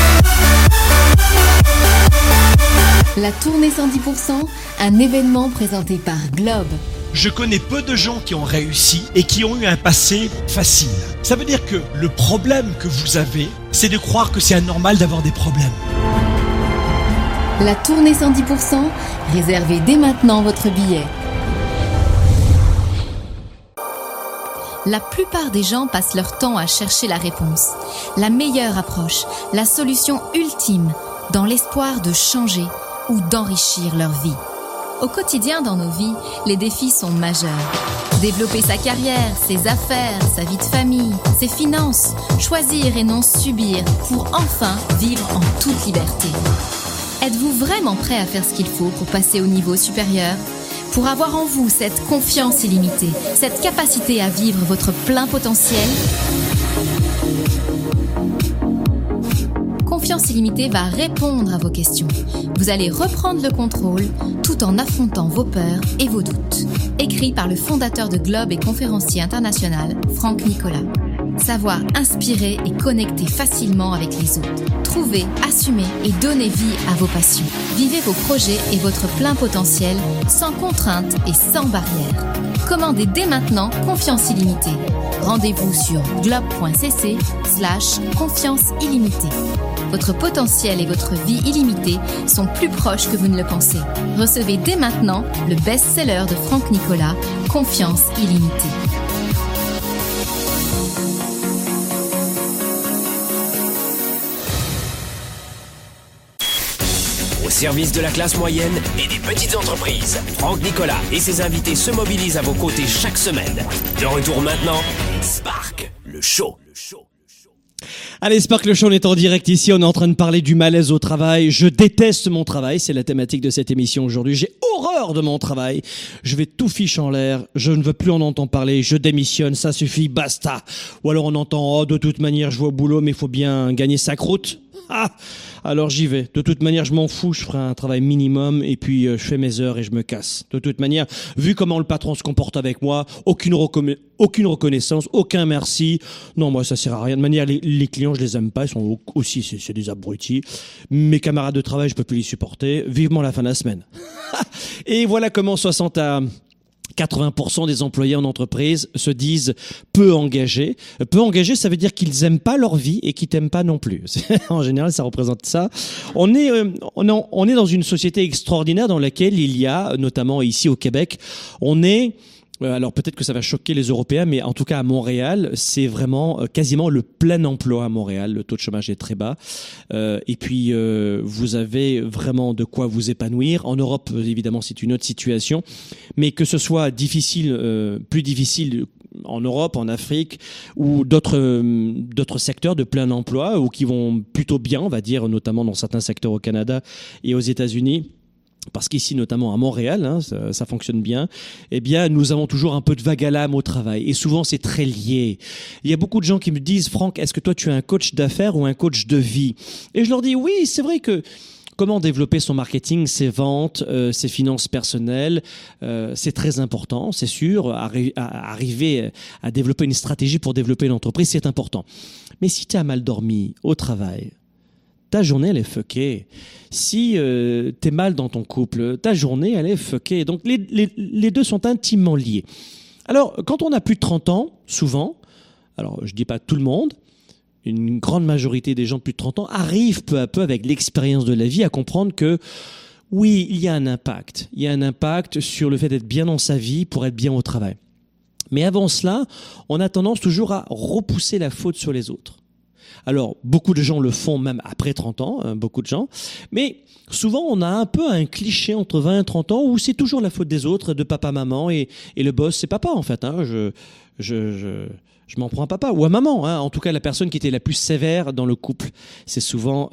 La tournée 110%, un événement présenté par Globe. Je connais peu de gens qui ont réussi et qui ont eu un passé facile. Ça veut dire que le problème que vous avez, c'est de croire que c'est anormal d'avoir des problèmes. La tournée 110%, réservez dès maintenant votre billet. La plupart des gens passent leur temps à chercher la réponse, la meilleure approche, la solution ultime, dans l'espoir de changer ou d'enrichir leur vie. Au quotidien dans nos vies, les défis sont majeurs. Développer sa carrière, ses affaires, sa vie de famille, ses finances, choisir et non subir pour enfin vivre en toute liberté. Êtes-vous vraiment prêt à faire ce qu'il faut pour passer au niveau supérieur ? Pour avoir en vous cette confiance illimitée, cette capacité à vivre votre plein potentiel ? Confiance illimitée va répondre à vos questions. Vous allez reprendre le contrôle tout en affrontant vos peurs et vos doutes. Écrit par le fondateur de Globe et conférencier international, Franck Nicolas. Savoir inspirer et connecter facilement avec les autres. Trouver, assumer et donner vie à vos passions. Vivez vos projets et votre plein potentiel sans contraintes et sans barrières. Commandez dès maintenant Confiance illimitée. Rendez-vous sur globe.cc/confiance illimitée. Votre potentiel et votre vie illimitée sont plus proches que vous ne le pensez. Recevez dès maintenant le best-seller de Franck Nicolas, Confiance illimitée. Au service de la classe moyenne et des petites entreprises, Franck Nicolas et ses invités se mobilisent à vos côtés chaque semaine. De retour maintenant, Spark, le show. Allez, Spark le show, on est en direct ici, on est en train de parler du malaise au travail. Je déteste mon travail, c'est la thématique de cette émission aujourd'hui. J'ai horreur de mon travail. Je vais tout fiche en l'air, je ne veux plus en entendre parler, je démissionne, ça suffit, basta. Ou alors on entend, oh, de toute manière, je vais au boulot, mais il faut bien gagner sa croûte. Alors j'y vais. De toute manière, je m'en fous, je ferai un travail minimum et puis je fais mes heures et je me casse. De toute manière, vu comment le patron se comporte avec moi, aucune reconnaissance, aucun merci. Non, moi ça sert à rien. De manière, les clients, je les aime pas, ils sont aussi, c'est des abrutis. Mes camarades de travail, je peux plus les supporter. Vivement la fin de la semaine. Et voilà comment 60 à 80% des employés en entreprise se disent peu engagés. Peu engagés, ça veut dire qu'ils aiment pas leur vie et qu'ils t'aiment pas non plus. En général, ça représente ça. On est dans une société extraordinaire dans laquelle il y a, notamment ici au Québec, alors peut-être que ça va choquer les Européens, mais en tout cas à Montréal, c'est vraiment quasiment le plein emploi à Montréal. Le taux de chômage est très bas. Et puis vous avez vraiment de quoi vous épanouir. En Europe, évidemment, c'est une autre situation. Mais que ce soit plus difficile en Europe, en Afrique ou d'autres secteurs de plein emploi ou qui vont plutôt bien, on va dire, notamment dans certains secteurs au Canada et aux États-Unis. Parce qu'ici, notamment à Montréal, ça fonctionne bien, eh bien, nous avons toujours un peu de vague à l'âme au travail. Et souvent, c'est très lié. Il y a beaucoup de gens qui me disent, Franck, est-ce que toi, tu es un coach d'affaires ou un coach de vie? Et je leur dis, oui, c'est vrai que comment développer son marketing, ses ventes, ses finances personnelles, c'est très important, c'est sûr. Arriver à développer une stratégie pour développer une entreprise, c'est important. Mais si tu as mal dormi au travail, ta journée, elle est fuckée. Si t'es mal dans ton couple, ta journée, elle est fuckée. Donc, les deux sont intimement liés. Alors, quand on a plus de 30 ans, souvent, alors je dis pas tout le monde, une grande majorité des gens de plus de 30 ans arrivent peu à peu avec l'expérience de la vie à comprendre que oui, il y a un impact. Il y a un impact sur le fait d'être bien dans sa vie pour être bien au travail. Mais avant cela, on a tendance toujours à repousser la faute sur les autres. Alors, beaucoup de gens le font même après 30 ans, beaucoup de gens. Mais souvent, on a un peu un cliché entre 20 et 30 ans où c'est toujours la faute des autres, de papa, maman, et le boss, c'est papa, en fait. Je m'en prends à papa ou à maman. En tout cas, la personne qui était la plus sévère dans le couple, c'est souvent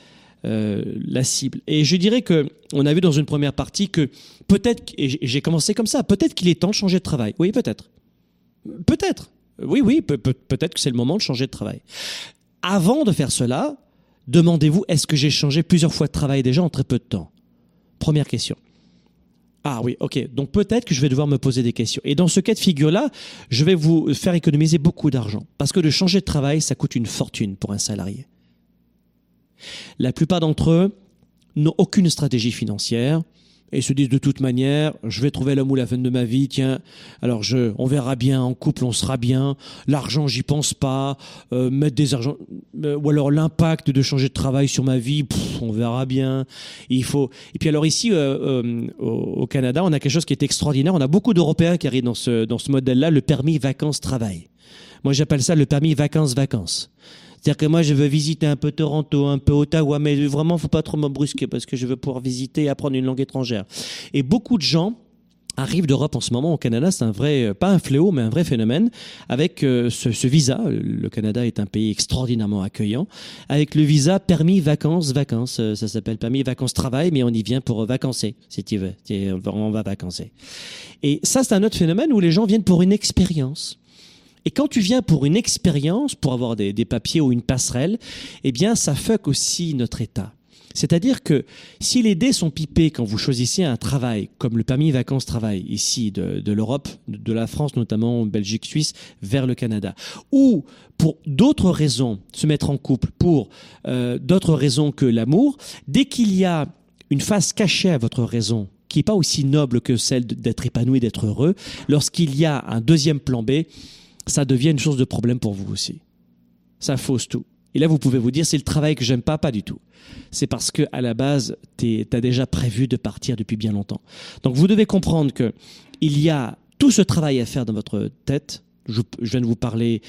la cible. Et je dirais que on a vu dans une première partie que peut-être, et j'ai commencé comme ça, peut-être qu'il est temps de changer de travail. Oui, peut-être. Peut-être. Oui, peut-être que c'est le moment de changer de travail. Avant de faire cela, demandez-vous, est-ce que j'ai changé plusieurs fois de travail déjà en très peu de temps? Première question. Ah oui, ok. Donc peut-être que je vais devoir me poser des questions. Et dans ce cas de figure-là, je vais vous faire économiser beaucoup d'argent. Parce que de changer de travail, ça coûte une fortune pour un salarié. La plupart d'entre eux n'ont aucune stratégie financière et se disent de toute manière, je vais trouver l'homme ou la femme de ma vie, tiens, alors on verra bien, en couple on sera bien, l'argent j'y pense pas, mettre des argent, ou alors l'impact de changer de travail sur ma vie, on verra bien. Et puis alors ici au Canada, on a quelque chose qui est extraordinaire, on a beaucoup d'Européens qui arrivent dans ce modèle-là, le permis vacances-travail. Moi j'appelle ça le permis vacances-vacances. C'est-à-dire que moi, je veux visiter un peu Toronto, un peu Ottawa, mais vraiment, faut pas trop me brusquer parce que je veux pouvoir visiter et apprendre une langue étrangère. Et beaucoup de gens arrivent d'Europe en ce moment au Canada. C'est un vrai, pas un fléau, mais un vrai phénomène avec ce visa. Le Canada est un pays extraordinairement accueillant. Avec le visa permis vacances. Ça s'appelle permis vacances-travail, mais on y vient pour vacancer, si tu veux. On va vacancer. Et ça, c'est un autre phénomène où les gens viennent pour une expérience. Et quand tu viens pour une expérience, pour avoir des papiers ou une passerelle, eh bien, ça fuck aussi notre État. C'est-à-dire que si les dés sont pipés quand vous choisissez un travail, comme le permis vacances-travail ici de l'Europe, de la France notamment, Belgique, Suisse, vers le Canada, ou pour d'autres raisons, se mettre en couple, pour d'autres raisons que l'amour, dès qu'il y a une face cachée à votre raison, qui n'est pas aussi noble que celle d'être épanoui, d'être heureux, lorsqu'il y a un deuxième plan B, ça devient une source de problème pour vous aussi. Ça fausse tout. Et là, vous pouvez vous dire, c'est le travail que j'aime pas du tout. C'est parce que à la base, t'as déjà prévu de partir depuis bien longtemps. Donc, vous devez comprendre que il y a tout ce travail à faire dans votre tête. Je viens de vous parler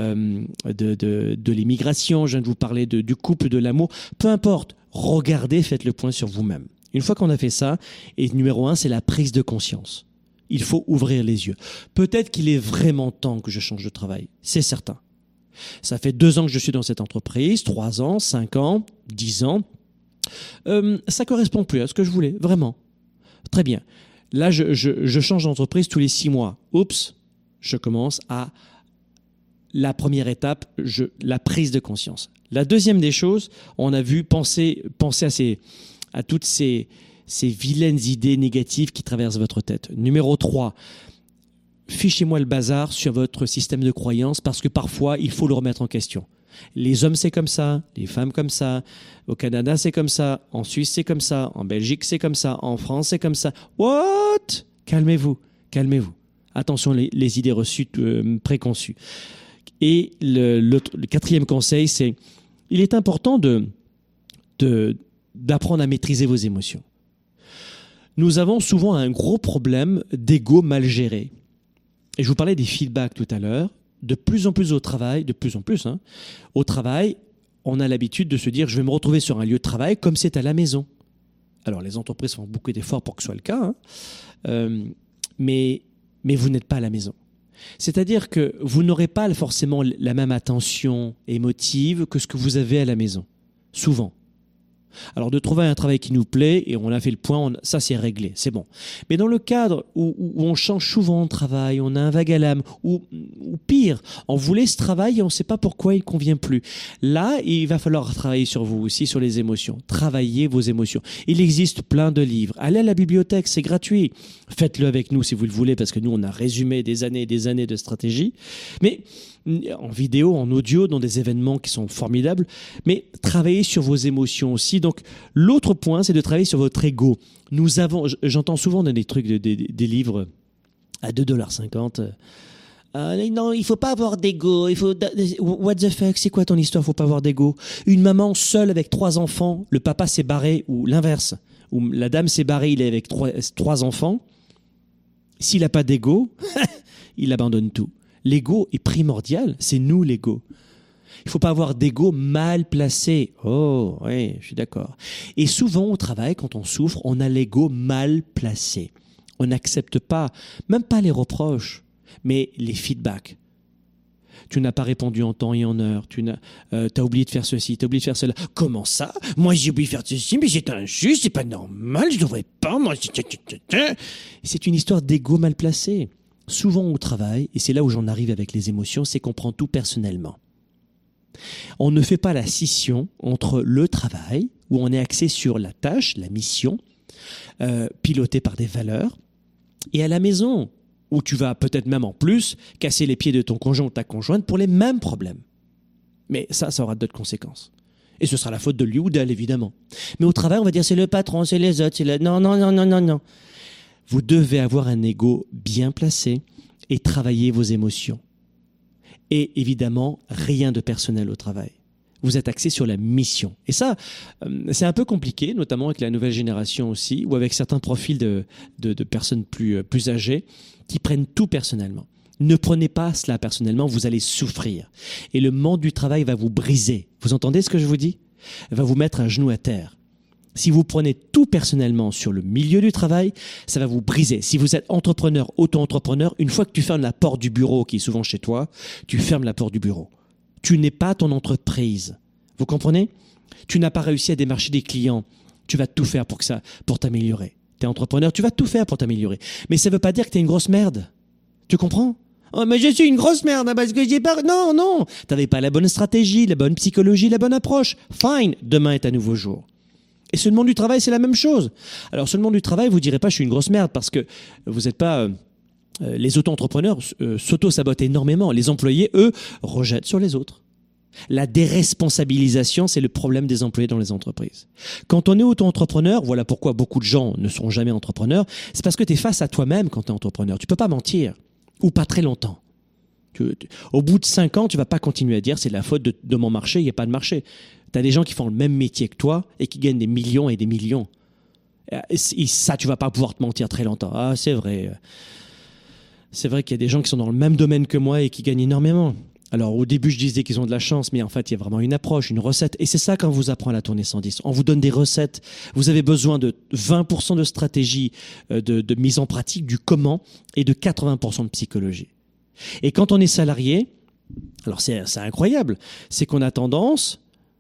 de l'immigration, je viens de vous parler du couple, de l'amour. Peu importe, regardez, faites le point sur vous-même. Une fois qu'on a fait ça, et numéro 1, c'est la prise de conscience. Il faut ouvrir les yeux. Peut-être qu'il est vraiment temps que je change de travail. C'est certain. Ça fait 2 ans que je suis dans cette entreprise, 3 ans, 5 ans, 10 ans. Ça correspond plus à ce que je voulais, vraiment. Très bien. Là, je change d'entreprise tous les 6 mois. Oups, je commence à la première étape, la prise de conscience. La deuxième des choses, on a vu penser à toutes ces vilaines idées négatives qui traversent votre tête. Numéro 3, fichez-moi le bazar sur votre système de croyance parce que parfois, il faut le remettre en question. Les hommes, c'est comme ça, les femmes, comme ça. Au Canada, c'est comme ça. En Suisse, c'est comme ça. En Belgique, c'est comme ça. En France, c'est comme ça. What? Calmez-vous. Attention, les idées reçues préconçues. Et le quatrième conseil, c'est il est important d'apprendre à maîtriser vos émotions. Nous avons souvent un gros problème d'ego mal géré. Et je vous parlais des feedbacks tout à l'heure. De plus en plus au travail, au travail, on a l'habitude de se dire je vais me retrouver sur un lieu de travail comme c'est à la maison. Alors les entreprises font beaucoup d'efforts pour que ce soit le cas, mais vous n'êtes pas à la maison. C'est-à-dire que vous n'aurez pas forcément la même attention émotive que ce que vous avez à la maison, souvent. Alors de trouver un travail qui nous plaît, et on a fait le point, ça c'est réglé, c'est bon. Mais dans le cadre où on change souvent de travail, on a un vague à l'âme, ou pire, on voulait ce travail et on ne sait pas pourquoi il ne convient plus. Là, il va falloir travailler sur vous aussi, sur les émotions. Travaillez vos émotions. Il existe plein de livres. Allez à la bibliothèque, c'est gratuit. Faites-le avec nous si vous le voulez, parce que nous, on a résumé des années et des années de stratégie. Mais en vidéo, en audio, dans des événements qui sont formidables, mais travaillez sur vos émotions aussi. Donc, l'autre point, c'est de travailler sur votre ego. J'entends souvent dans des trucs, des livres à $2,50. Non, il faut pas avoir d'ego. What the fuck, c'est quoi ton histoire? Faut pas avoir d'ego. Une maman seule avec 3 enfants, le papa s'est barré, ou l'inverse, ou la dame s'est barrée, il est avec 3 enfants. S'il n'a pas d'ego, il abandonne tout. L'ego est primordial, c'est nous l'ego. Il ne faut pas avoir d'ego mal placé. Oh, oui, je suis d'accord. Et souvent au travail, quand on souffre, on a l'ego mal placé. On n'accepte pas, même pas les reproches, mais les feedbacks. Tu n'as pas répondu en temps et en heure. T'as oublié de faire ceci, t'as oublié de faire cela. Comment ça? Moi, j'ai oublié de faire ceci, mais c'est injuste, c'est pas normal, je devrais pas. Moi, c'est une histoire d'ego mal placé. Souvent au travail, et c'est là où j'en arrive avec les émotions, c'est qu'on prend tout personnellement. On ne fait pas la scission entre le travail, où on est axé sur la tâche, la mission, pilotée par des valeurs, et à la maison, où tu vas peut-être même en plus casser les pieds de ton conjoint ou ta conjointe pour les mêmes problèmes. Mais ça aura d'autres conséquences. Et ce sera la faute de lui ou d'elle, évidemment. Mais au travail, on va dire c'est le patron, c'est les autres, Non. Vous devez avoir un ego bien placé et travailler vos émotions. Et évidemment, rien de personnel au travail. Vous êtes axé sur la mission. Et ça, c'est un peu compliqué, notamment avec la nouvelle génération aussi, ou avec certains profils de personnes plus âgées qui prennent tout personnellement. Ne prenez pas cela personnellement, vous allez souffrir. Et le monde du travail va vous briser. Vous entendez ce que je vous dis? Va vous mettre un genou à terre. Si vous prenez tout personnellement sur le milieu du travail, ça va vous briser. Si vous êtes entrepreneur, auto-entrepreneur, une fois que tu fermes la porte du bureau, qui est souvent chez toi, tu fermes la porte du bureau. Tu n'es pas ton entreprise. Vous comprenez? Tu n'as pas réussi à démarcher des clients. Tu vas tout faire pour t'améliorer. Tu es entrepreneur, tu vas tout faire pour t'améliorer. Mais ça ne veut pas dire que tu es une grosse merde. Tu comprends? Oh, mais je suis une grosse merde parce que j'ai pas... Non. Tu n'avais pas la bonne stratégie, la bonne psychologie, la bonne approche. Fine, demain est un nouveau jour. Et ce monde du travail, c'est la même chose. Alors, ce monde du travail, vous ne direz pas je suis une grosse merde parce que vous n'êtes pas... les auto-entrepreneurs s'auto-sabotent énormément. Les employés, eux, rejettent sur les autres. La déresponsabilisation, c'est le problème des employés dans les entreprises. Quand on est auto-entrepreneur, voilà pourquoi beaucoup de gens ne seront jamais entrepreneurs, c'est parce que tu es face à toi-même quand tu es entrepreneur. Tu ne peux pas mentir, ou pas très longtemps. Au bout de 5 ans, tu ne vas pas continuer à dire c'est de la faute de mon marché, il n'y a pas de marché. Tu as des gens qui font le même métier que toi et qui gagnent des millions et des millions. Et ça, tu ne vas pas pouvoir te mentir très longtemps. Ah, c'est vrai. C'est vrai qu'il y a des gens qui sont dans le même domaine que moi et qui gagnent énormément. Alors, au début, je disais qu'ils ont de la chance, mais en fait, il y a vraiment une approche, une recette. Et c'est ça qu'on vous apprend à la tournée 110. On vous donne des recettes. Vous avez besoin de 20% de stratégie, de mise en pratique, du comment, et de 80% de psychologie. Et quand on est salarié, alors c'est incroyable, c'est qu'on a tendance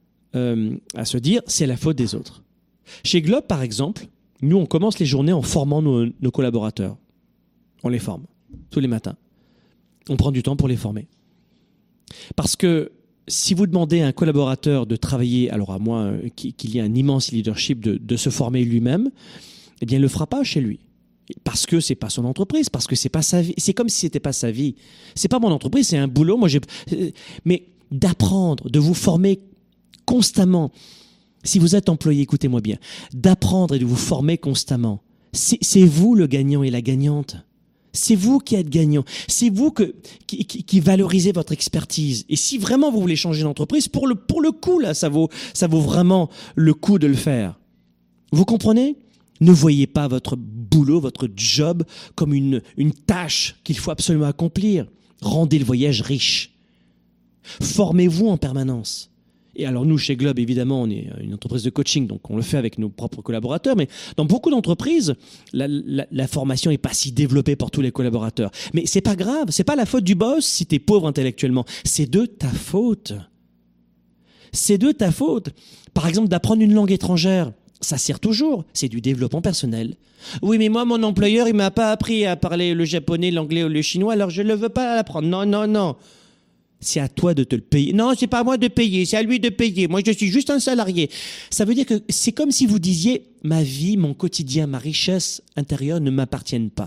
à se dire c'est la faute des autres. Chez Globe, par exemple, nous, on commence les journées en formant nos collaborateurs. On les forme tous les matins. On prend du temps pour les former. Parce que si vous demandez à un collaborateur de travailler, alors à moins qu'il y ait un immense leadership de se former lui-même, eh bien, il ne le fera pas chez lui. Parce que c'est pas son entreprise, parce que c'est pas sa vie. C'est comme si c'était pas sa vie. C'est pas mon entreprise, c'est un boulot. Mais d'apprendre, de vous former constamment. Si vous êtes employé, écoutez-moi bien, d'apprendre et de vous former constamment. C'est vous le gagnant et la gagnante. C'est vous qui êtes gagnant. C'est vous qui valorisez votre expertise. Et si vraiment vous voulez changer d'entreprise, pour le coup, là, ça vaut vraiment le coup de le faire. Vous comprenez ? Ne voyez pas votre boulot, votre job comme une tâche qu'il faut absolument accomplir. Rendez le voyage riche. Formez-vous en permanence. Et alors nous, chez Globe, évidemment, on est une entreprise de coaching, donc on le fait avec nos propres collaborateurs, mais dans beaucoup d'entreprises, la formation n'est pas si développée pour tous les collaborateurs. Mais c'est pas grave, c'est pas la faute du boss si tu es pauvre intellectuellement, c'est de ta faute. C'est de ta faute. Par exemple, d'apprendre une langue étrangère, ça sert toujours, c'est du développement personnel. Oui, mais moi, mon employeur, il m'a pas appris à parler le japonais, l'anglais ou le chinois, alors je ne veux pas l'apprendre. Non. C'est à toi de te le payer. Non, c'est pas à moi de payer, c'est à lui de payer. Moi, je suis juste un salarié. Ça veut dire que c'est comme si vous disiez « ma vie, mon quotidien, ma richesse intérieure ne m'appartiennent pas ».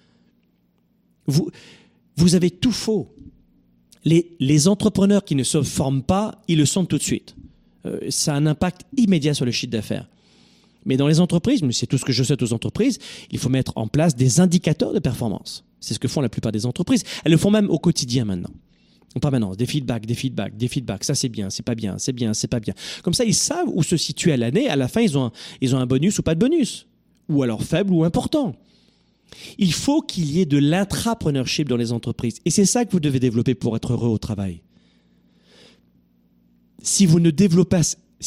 Vous avez tout faux. Les entrepreneurs qui ne se forment pas, ils le sont tout de suite. Ça a un impact immédiat sur le chiffre d'affaires. Mais dans les entreprises, mais c'est tout ce que je souhaite aux entreprises, il faut mettre en place des indicateurs de performance. C'est ce que font la plupart des entreprises. Elles le font même au quotidien maintenant. En permanence, des feedbacks. Ça, c'est bien, c'est pas bien, c'est bien, c'est pas bien. Comme ça, ils savent où se situer à l'année. À la fin, ils ont un bonus ou pas de bonus. Ou alors faible ou important. Il faut qu'il y ait de l'intrapreneurship dans les entreprises. Et c'est ça que vous devez développer pour être heureux au travail. Si vous ne développez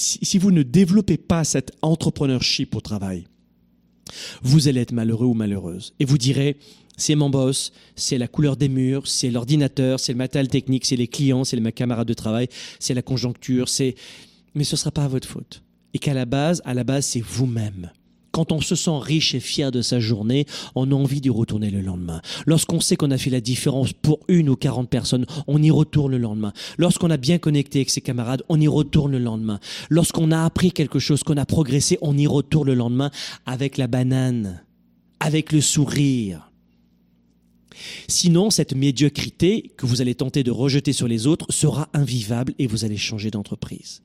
pas cet entrepreneurship au travail, vous allez être malheureux ou malheureuse. Et vous direz, c'est mon boss, c'est la couleur des murs, c'est l'ordinateur, c'est le matériel technique, c'est les clients, c'est mes camarades de travail, c'est la conjoncture, mais ce ne sera pas à votre faute. Et qu'à la base, c'est vous-même. Quand on se sent riche et fier de sa journée, on a envie d'y retourner le lendemain. Lorsqu'on sait qu'on a fait la différence pour 1 ou 40 personnes, on y retourne le lendemain. Lorsqu'on a bien connecté avec ses camarades, on y retourne le lendemain. Lorsqu'on a appris quelque chose, qu'on a progressé, on y retourne le lendemain avec la banane, avec le sourire. Sinon, cette médiocrité que vous allez tenter de rejeter sur les autres sera invivable et vous allez changer d'entreprise.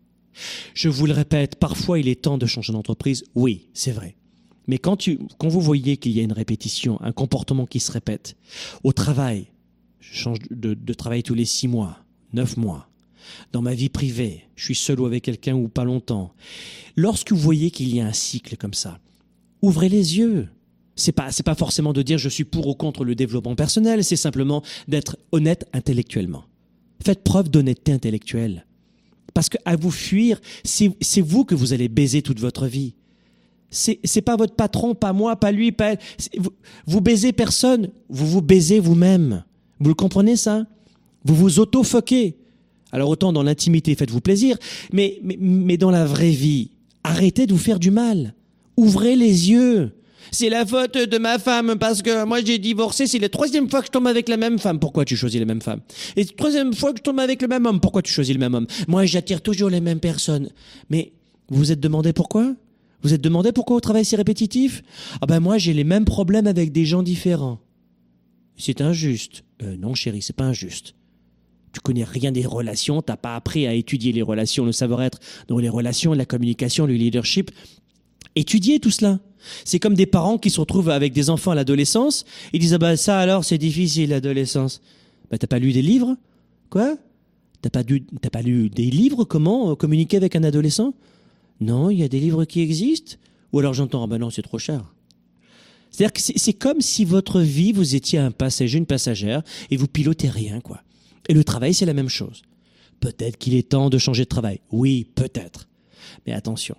Je vous le répète, parfois il est temps de changer d'entreprise, oui, c'est vrai. Mais quand vous voyez qu'il y a une répétition, un comportement qui se répète, au travail, je change de travail tous les 6 mois, 9 mois, dans ma vie privée, je suis seul ou avec quelqu'un ou pas longtemps. Lorsque vous voyez qu'il y a un cycle comme ça, ouvrez les yeux. C'est pas forcément de dire je suis pour ou contre le développement personnel, c'est simplement d'être honnête intellectuellement. Faites preuve d'honnêteté intellectuelle. Parce qu'à vous fuir, c'est vous que vous allez baiser toute votre vie. C'est pas votre patron, pas moi, pas lui, pas elle. Vous baisez personne, vous vous baisez vous-même. Vous le comprenez ça ? Vous vous auto-fuckez. Alors autant dans l'intimité, faites-vous plaisir, mais dans la vraie vie, arrêtez de vous faire du mal. Ouvrez les yeux. C'est la faute de ma femme parce que moi j'ai divorcé, c'est la 3e fois que je tombe avec la même femme. Pourquoi tu choisis la même femme ? Et la 3e fois que je tombe avec le même homme. Pourquoi tu choisis le même homme ? Moi j'attire toujours les mêmes personnes. Mais vous vous êtes demandé pourquoi ? Vous vous êtes demandé pourquoi au travail c'est répétitif ? Ah ben moi j'ai les mêmes problèmes avec des gens différents. C'est injuste. Non chérie, c'est pas injuste. Tu connais rien des relations, t'as pas appris à étudier les relations, le savoir-être, donc les relations, la communication, le leadership. Étudiez tout cela. C'est comme des parents qui se retrouvent avec des enfants à l'adolescence. Ils disent, ah bah ça alors c'est difficile l'adolescence. Bah t'as pas lu des livres ? Quoi ? T'as pas lu des livres comment communiquer avec un adolescent ? Non, il y a des livres qui existent. Ou alors j'entends, ah bah non c'est trop cher. C'est-à-dire que c'est comme si votre vie, vous étiez un passager, une passagère, et vous pilotez rien, quoi. Et le travail, c'est la même chose. Peut-être qu'il est temps de changer de travail. Oui, peut-être. Mais attention.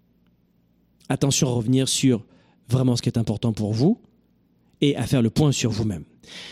Attention à revenir sur vraiment ce qui est important pour vous et à faire le point sur vous-même.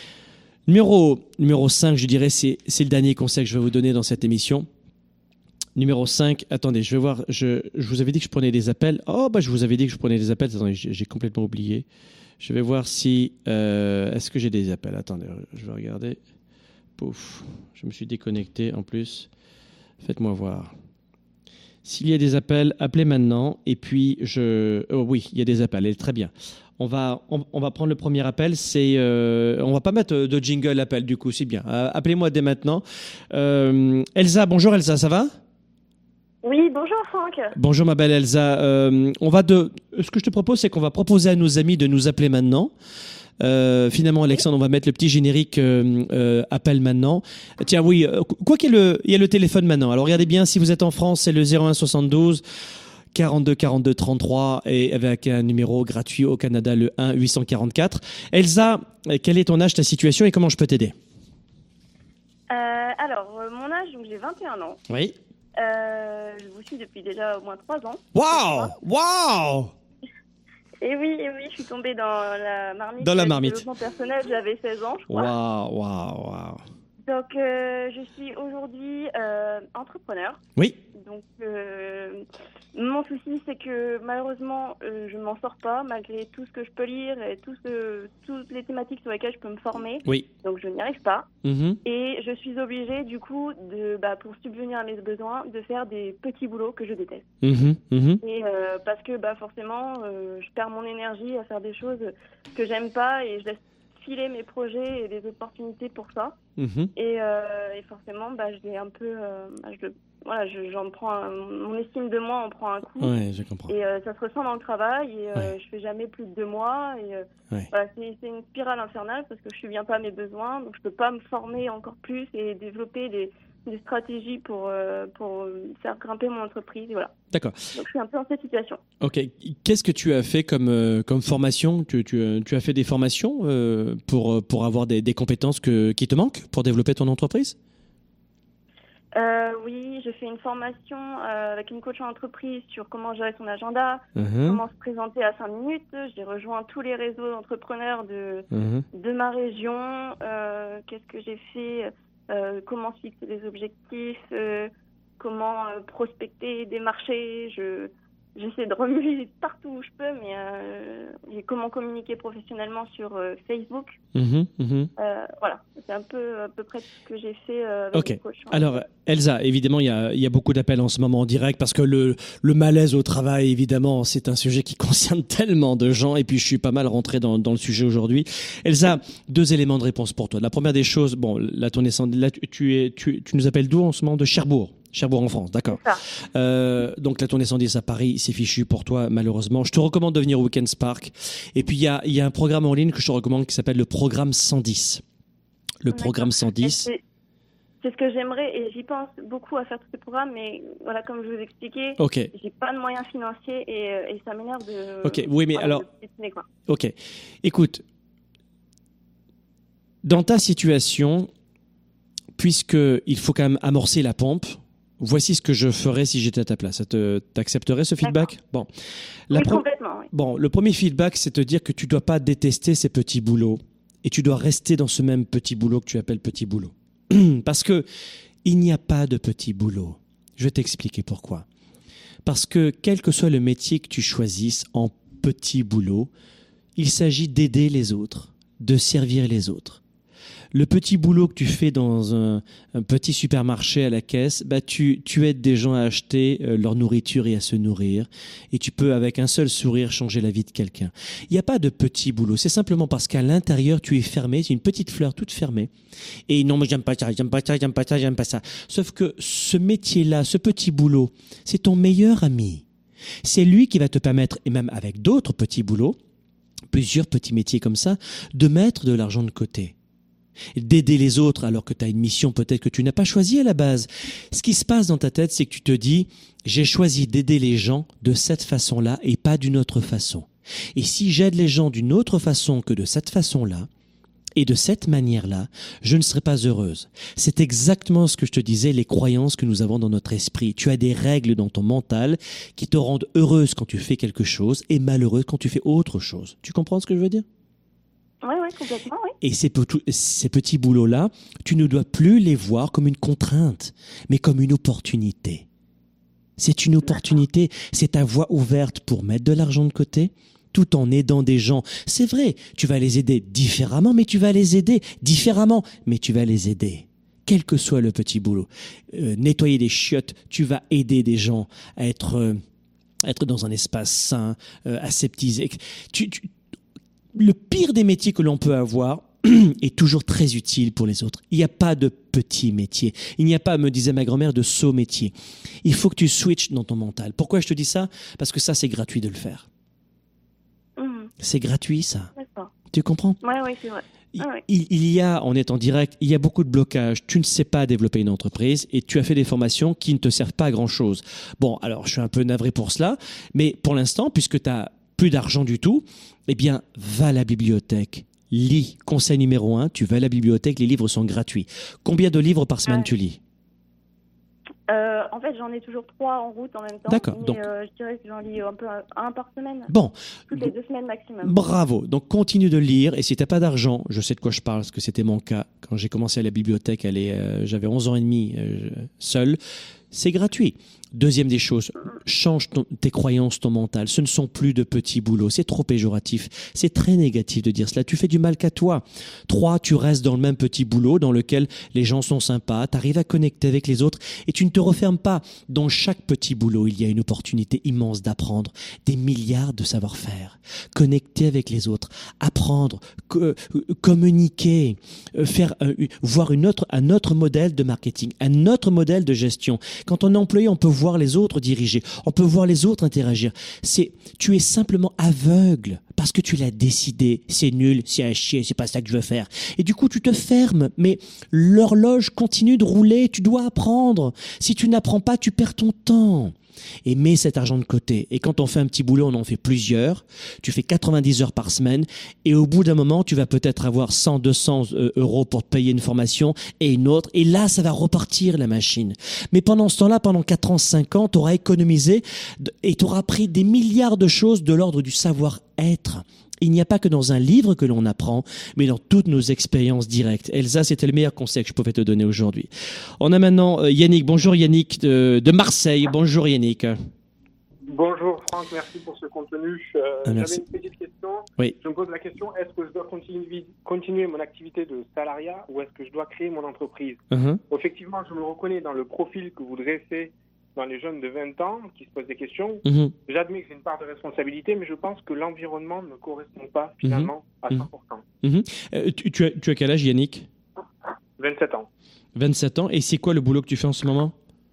Numéro 5, je dirais, c'est le dernier conseil que je vais vous donner dans cette émission. Numéro 5, attendez, je vais voir, je vous avais dit que je prenais des appels. Oh, bah je vous avais dit que je prenais des appels. Attendez, j'ai complètement oublié. Je vais voir si... est-ce que j'ai des appels ? Attendez, je vais regarder. Pouf, je me suis déconnecté en plus. Faites-moi voir. S'il y a des appels, appelez maintenant. Et puis, oh oui, il y a des appels. Très bien. On va prendre le premier appel. On va pas mettre de jingle appel, du coup, c'est bien. Appelez-moi dès maintenant. Elsa, bonjour Elsa, ça va ? Oui, bonjour Franck. Bonjour ma belle Elsa. Ce que je te propose, c'est qu'on va proposer à nos amis de nous appeler maintenant. Finalement, Alexandre, on va mettre le petit générique appel maintenant. Tiens, oui, quoi qu'il y a le téléphone maintenant. Alors, regardez bien, si vous êtes en France, c'est le 01 72 42 42 33 et avec un numéro gratuit au Canada, le 1 844. Elsa, quel est ton âge, ta situation et comment je peux t'aider ? Alors, mon âge, donc j'ai 21 ans. Oui. Je vous suis depuis déjà au moins 3 ans. Waouh. Et oui, je suis tombée dans la marmite. Dans la marmite. Développement personnel, j'avais 16 ans, je crois. Waouh. Donc, je suis aujourd'hui entrepreneur. Oui. Donc, mon souci, c'est que malheureusement, je m'en sors pas, malgré tout ce que je peux lire et toutes les thématiques sur lesquelles je peux me former. Oui. Donc, je n'y arrive pas. Mm-hmm. Et je suis obligée, du coup, pour subvenir à mes besoins, de faire des petits boulots que je déteste. Mm-hmm. Et parce que forcément, je perds mon énergie à faire des choses que j'aime pas et je laisse filer mes projets et des opportunités pour ça. Mm-hmm. Et forcément, je l'ai un peu... j'en prends mon estime de moi en prend un coup. Ouais, je comprends. Et ça se ressent dans le travail. Et je fais jamais plus de 2 mois. Et c'est une spirale infernale parce que je subviens pas à mes besoins. Donc je peux pas me former encore plus et développer des stratégies pour faire grimper mon entreprise. Et voilà. D'accord. Donc je suis un peu dans cette situation. Ok. Qu'est-ce que tu as fait comme formation ? Tu as fait des formations pour avoir des compétences qui te manquent pour développer ton entreprise ? Oui, j'ai fait une formation avec une coach en entreprise sur comment gérer son agenda, comment se présenter à 5 minutes. J'ai rejoint tous les réseaux d'entrepreneurs de ma région. Qu'est-ce que j'ai fait ? Comment se fixer des objectifs, comment prospecter des marchés. J'essaie de remuer partout où je peux, mais et comment communiquer professionnellement sur Facebook. Voilà, c'est à peu près ce que j'ai fait avec les coachs. Alors, Elsa, évidemment, il y a beaucoup d'appels en ce moment en direct parce que le malaise au travail, évidemment, c'est un sujet qui concerne tellement de gens et puis je suis pas mal rentré dans le sujet aujourd'hui. Elsa, 2 éléments de réponse pour toi. La première des choses, là, tu nous appelles d'où en ce moment ? De Cherbourg en France, d'accord. Donc la tournée 110 à Paris, c'est fichu pour toi malheureusement. Je te recommande de venir au Weekend Spark. Et puis il y a un programme en ligne que je te recommande qui s'appelle le programme 110. Le programme 110. C'est ce que j'aimerais et j'y pense beaucoup à faire tous ces programmes, mais voilà, comme je vous expliquais, j'ai pas de moyens financiers et ça m'énerve de... Ok, oui, mais alors... Ok, écoute, dans ta situation, puisqu'il faut quand même amorcer la pompe, voici ce que je ferais si j'étais à ta place. T'accepterais ce feedback ? Bon. Oui, complètement. Oui. Bon, le premier feedback, c'est te dire que tu dois pas détester ces petits boulots et tu dois rester dans ce même petit boulot que tu appelles petit boulot. Parce que il n'y a pas de petit boulot. Je vais t'expliquer pourquoi. Parce que quel que soit le métier que tu choisisses en petit boulot, il s'agit d'aider les autres, de servir les autres. Le petit boulot que tu fais dans un petit supermarché à la caisse, tu aides des gens à acheter leur nourriture et à se nourrir. Et tu peux, avec un seul sourire, changer la vie de quelqu'un. Il n'y a pas de petit boulot. C'est simplement parce qu'à l'intérieur, tu es fermé. C'est une petite fleur toute fermée. Et non, mais j'aime pas ça. Sauf que ce métier-là, ce petit boulot, c'est ton meilleur ami. C'est lui qui va te permettre, et même avec d'autres petits boulots, plusieurs petits métiers comme ça, de mettre de l'argent de côté. D'aider les autres alors que tu as une mission peut-être que tu n'as pas choisie à la base. Ce qui se passe dans ta tête, c'est que tu te dis « j'ai choisi d'aider les gens de cette façon-là et pas d'une autre façon. Et si j'aide les gens d'une autre façon que de cette façon-là, et de cette manière-là, je ne serai pas heureuse. » C'est exactement ce que je te disais, les croyances que nous avons dans notre esprit. Tu as des règles dans ton mental qui te rendent heureuse quand tu fais quelque chose et malheureuse quand tu fais autre chose. Tu comprends ce que je veux dire ? Oui, complètement, oui. Et ces petits boulots-là, tu ne dois plus les voir comme une contrainte, mais comme une opportunité. C'est une opportunité, c'est ta voie ouverte pour mettre de l'argent de côté, tout en aidant des gens. C'est vrai, tu vas les aider différemment, mais tu vas les aider différemment, mais tu vas les aider. quel que soit le petit boulot. Nettoyer des chiottes, tu vas aider des gens à être dans un espace sain, aseptisé. Le pire des métiers que l'on peut avoir est toujours très utile pour les autres. Il n'y a pas de petit métier. Il n'y a pas, me disait ma grand-mère, de saut métier. Il faut que tu switches dans ton mental. Pourquoi je te dis ça? Parce que ça, c'est gratuit de le faire. C'est gratuit, ça. D'accord. Tu comprends? Oui, c'est vrai. Il y a, on est en direct, il y a beaucoup de blocages. Tu ne sais pas développer une entreprise et tu as fait des formations qui ne te servent pas à grand-chose. Bon, alors je suis un peu navré pour cela, mais pour l'instant, puisque tu n'as plus d'argent du tout, eh bien, va à la bibliothèque. Lis. Conseil numéro 1, tu vas à la bibliothèque, les livres sont gratuits. Combien de livres par semaine tu lis? En fait, j'en ai toujours 3 en route en même temps. D'accord. Mais Donc, je dirais que j'en lis un peu un par semaine. Bon. Toutes les 2 semaines maximum. Bravo. Donc, continue de lire. Et si tu n'as pas d'argent, je sais de quoi je parle, parce que c'était mon cas. Quand j'ai commencé à la bibliothèque, j'avais 11 ans et demi seul. C'est gratuit. Deuxième des choses, change tes croyances, ton mental. Ce ne sont plus de petits boulots. C'est trop péjoratif. C'est très négatif de dire cela. Tu fais du mal qu'à toi. 3, tu restes dans le même petit boulot dans lequel les gens sont sympas. Tu arrives à connecter avec les autres et tu ne te refermes pas. Dans chaque petit boulot, il y a une opportunité immense d'apprendre des milliards de savoir-faire. Connecter avec les autres, apprendre, communiquer, voir un autre modèle de marketing, un autre modèle de gestion. Quand on est employé, on peut voir les autres diriger, on peut voir les autres interagir. Tu es simplement aveugle parce que tu l'as décidé. C'est nul, c'est à chier, c'est pas ça que je veux faire. Et du coup, tu te fermes, mais l'horloge continue de rouler. Tu dois apprendre. Si tu n'apprends pas, tu perds ton temps. Et mets cet argent de côté. Et quand on fait un petit boulot, on en fait plusieurs. Tu fais 90 heures par semaine. Et au bout d'un moment, tu vas peut-être avoir 100, 200 euros pour te payer une formation et une autre. Et là, ça va repartir la machine. Mais pendant ce temps-là, pendant 4 ans, 5 ans, tu auras économisé et tu auras appris des milliards de choses de l'ordre du savoir-être. Il n'y a pas que dans un livre que l'on apprend, mais dans toutes nos expériences directes. Elsa, c'était le meilleur conseil que je pouvais te donner aujourd'hui. On a maintenant Yannick. Bonjour Yannick de Marseille. Bonjour Yannick. Bonjour Franck, merci pour ce contenu. J'avais une petite question. Oui. Je me pose la question, est-ce que je dois continuer mon activité de salariat ou est-ce que je dois créer mon entreprise? Effectivement, je me reconnais dans le profil que vous dressez dans les jeunes de 20 ans qui se posent des questions. J'admets que j'ai une part de responsabilité, mais je pense que l'environnement ne correspond pas finalement à 100%. Tu as quel âge Yannick? 27 ans. 27 ans. Et c'est quoi le boulot que tu fais en ce moment?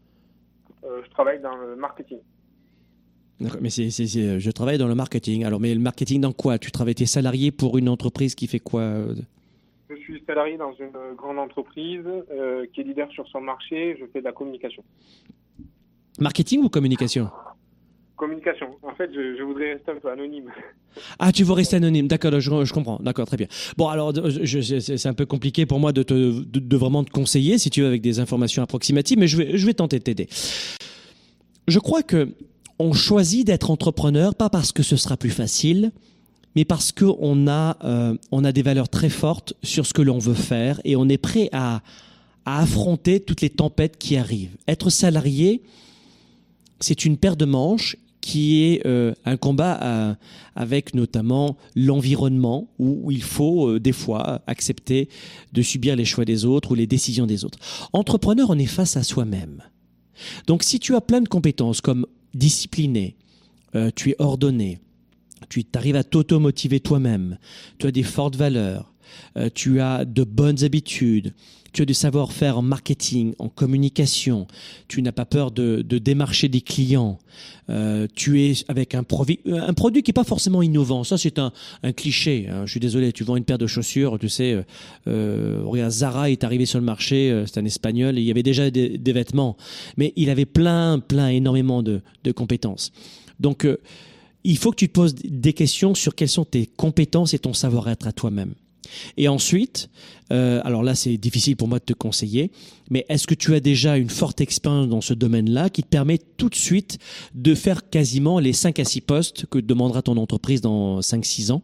Je travaille dans le marketing. D'accord, mais je travaille dans le marketing. Alors, mais le marketing dans quoi? Tu travailles, t'es salarié pour une entreprise qui fait quoi? Je suis salarié dans une grande entreprise qui est leader sur son marché. Je fais de la communication. Marketing ou communication? Communication. En fait, je voudrais rester un peu anonyme. Ah, tu veux rester anonyme. D'accord, je comprends. D'accord, très bien. Bon, alors, c'est un peu compliqué pour moi de vraiment te conseiller, si tu veux, avec des informations approximatives, mais je vais tenter de t'aider. Je crois que on choisit d'être entrepreneur, pas parce que ce sera plus facile, mais parce qu'on a des valeurs très fortes sur ce que l'on veut faire et on est prêt à affronter toutes les tempêtes qui arrivent. Être salarié, c'est une paire de manches qui est un combat avec notamment l'environnement où il faut des fois accepter de subir les choix des autres ou les décisions des autres. Entrepreneur, on est face à soi-même. Donc si tu as plein de compétences comme discipliné, tu es ordonné, tu arrives à t'auto-motiver toi-même, tu as des fortes valeurs, tu as de bonnes habitudes, tu as du savoir-faire en marketing, en communication, tu n'as pas peur de démarcher des clients, tu es avec un produit qui n'est pas forcément innovant. Ça, c'est un cliché. Hein. Je suis désolé, tu vends une paire de chaussures, tu sais, regarde, Zara est arrivé sur le marché, c'est un Espagnol, et il y avait déjà des vêtements, mais il avait énormément de compétences. Donc, il faut que tu te poses des questions sur quelles sont tes compétences et ton savoir-être à toi-même. Et ensuite, alors là c'est difficile pour moi de te conseiller, mais est-ce que tu as déjà une forte expérience dans ce domaine-là qui te permet tout de suite de faire quasiment les 5 à 6 postes que demandera ton entreprise dans 5-6 ans?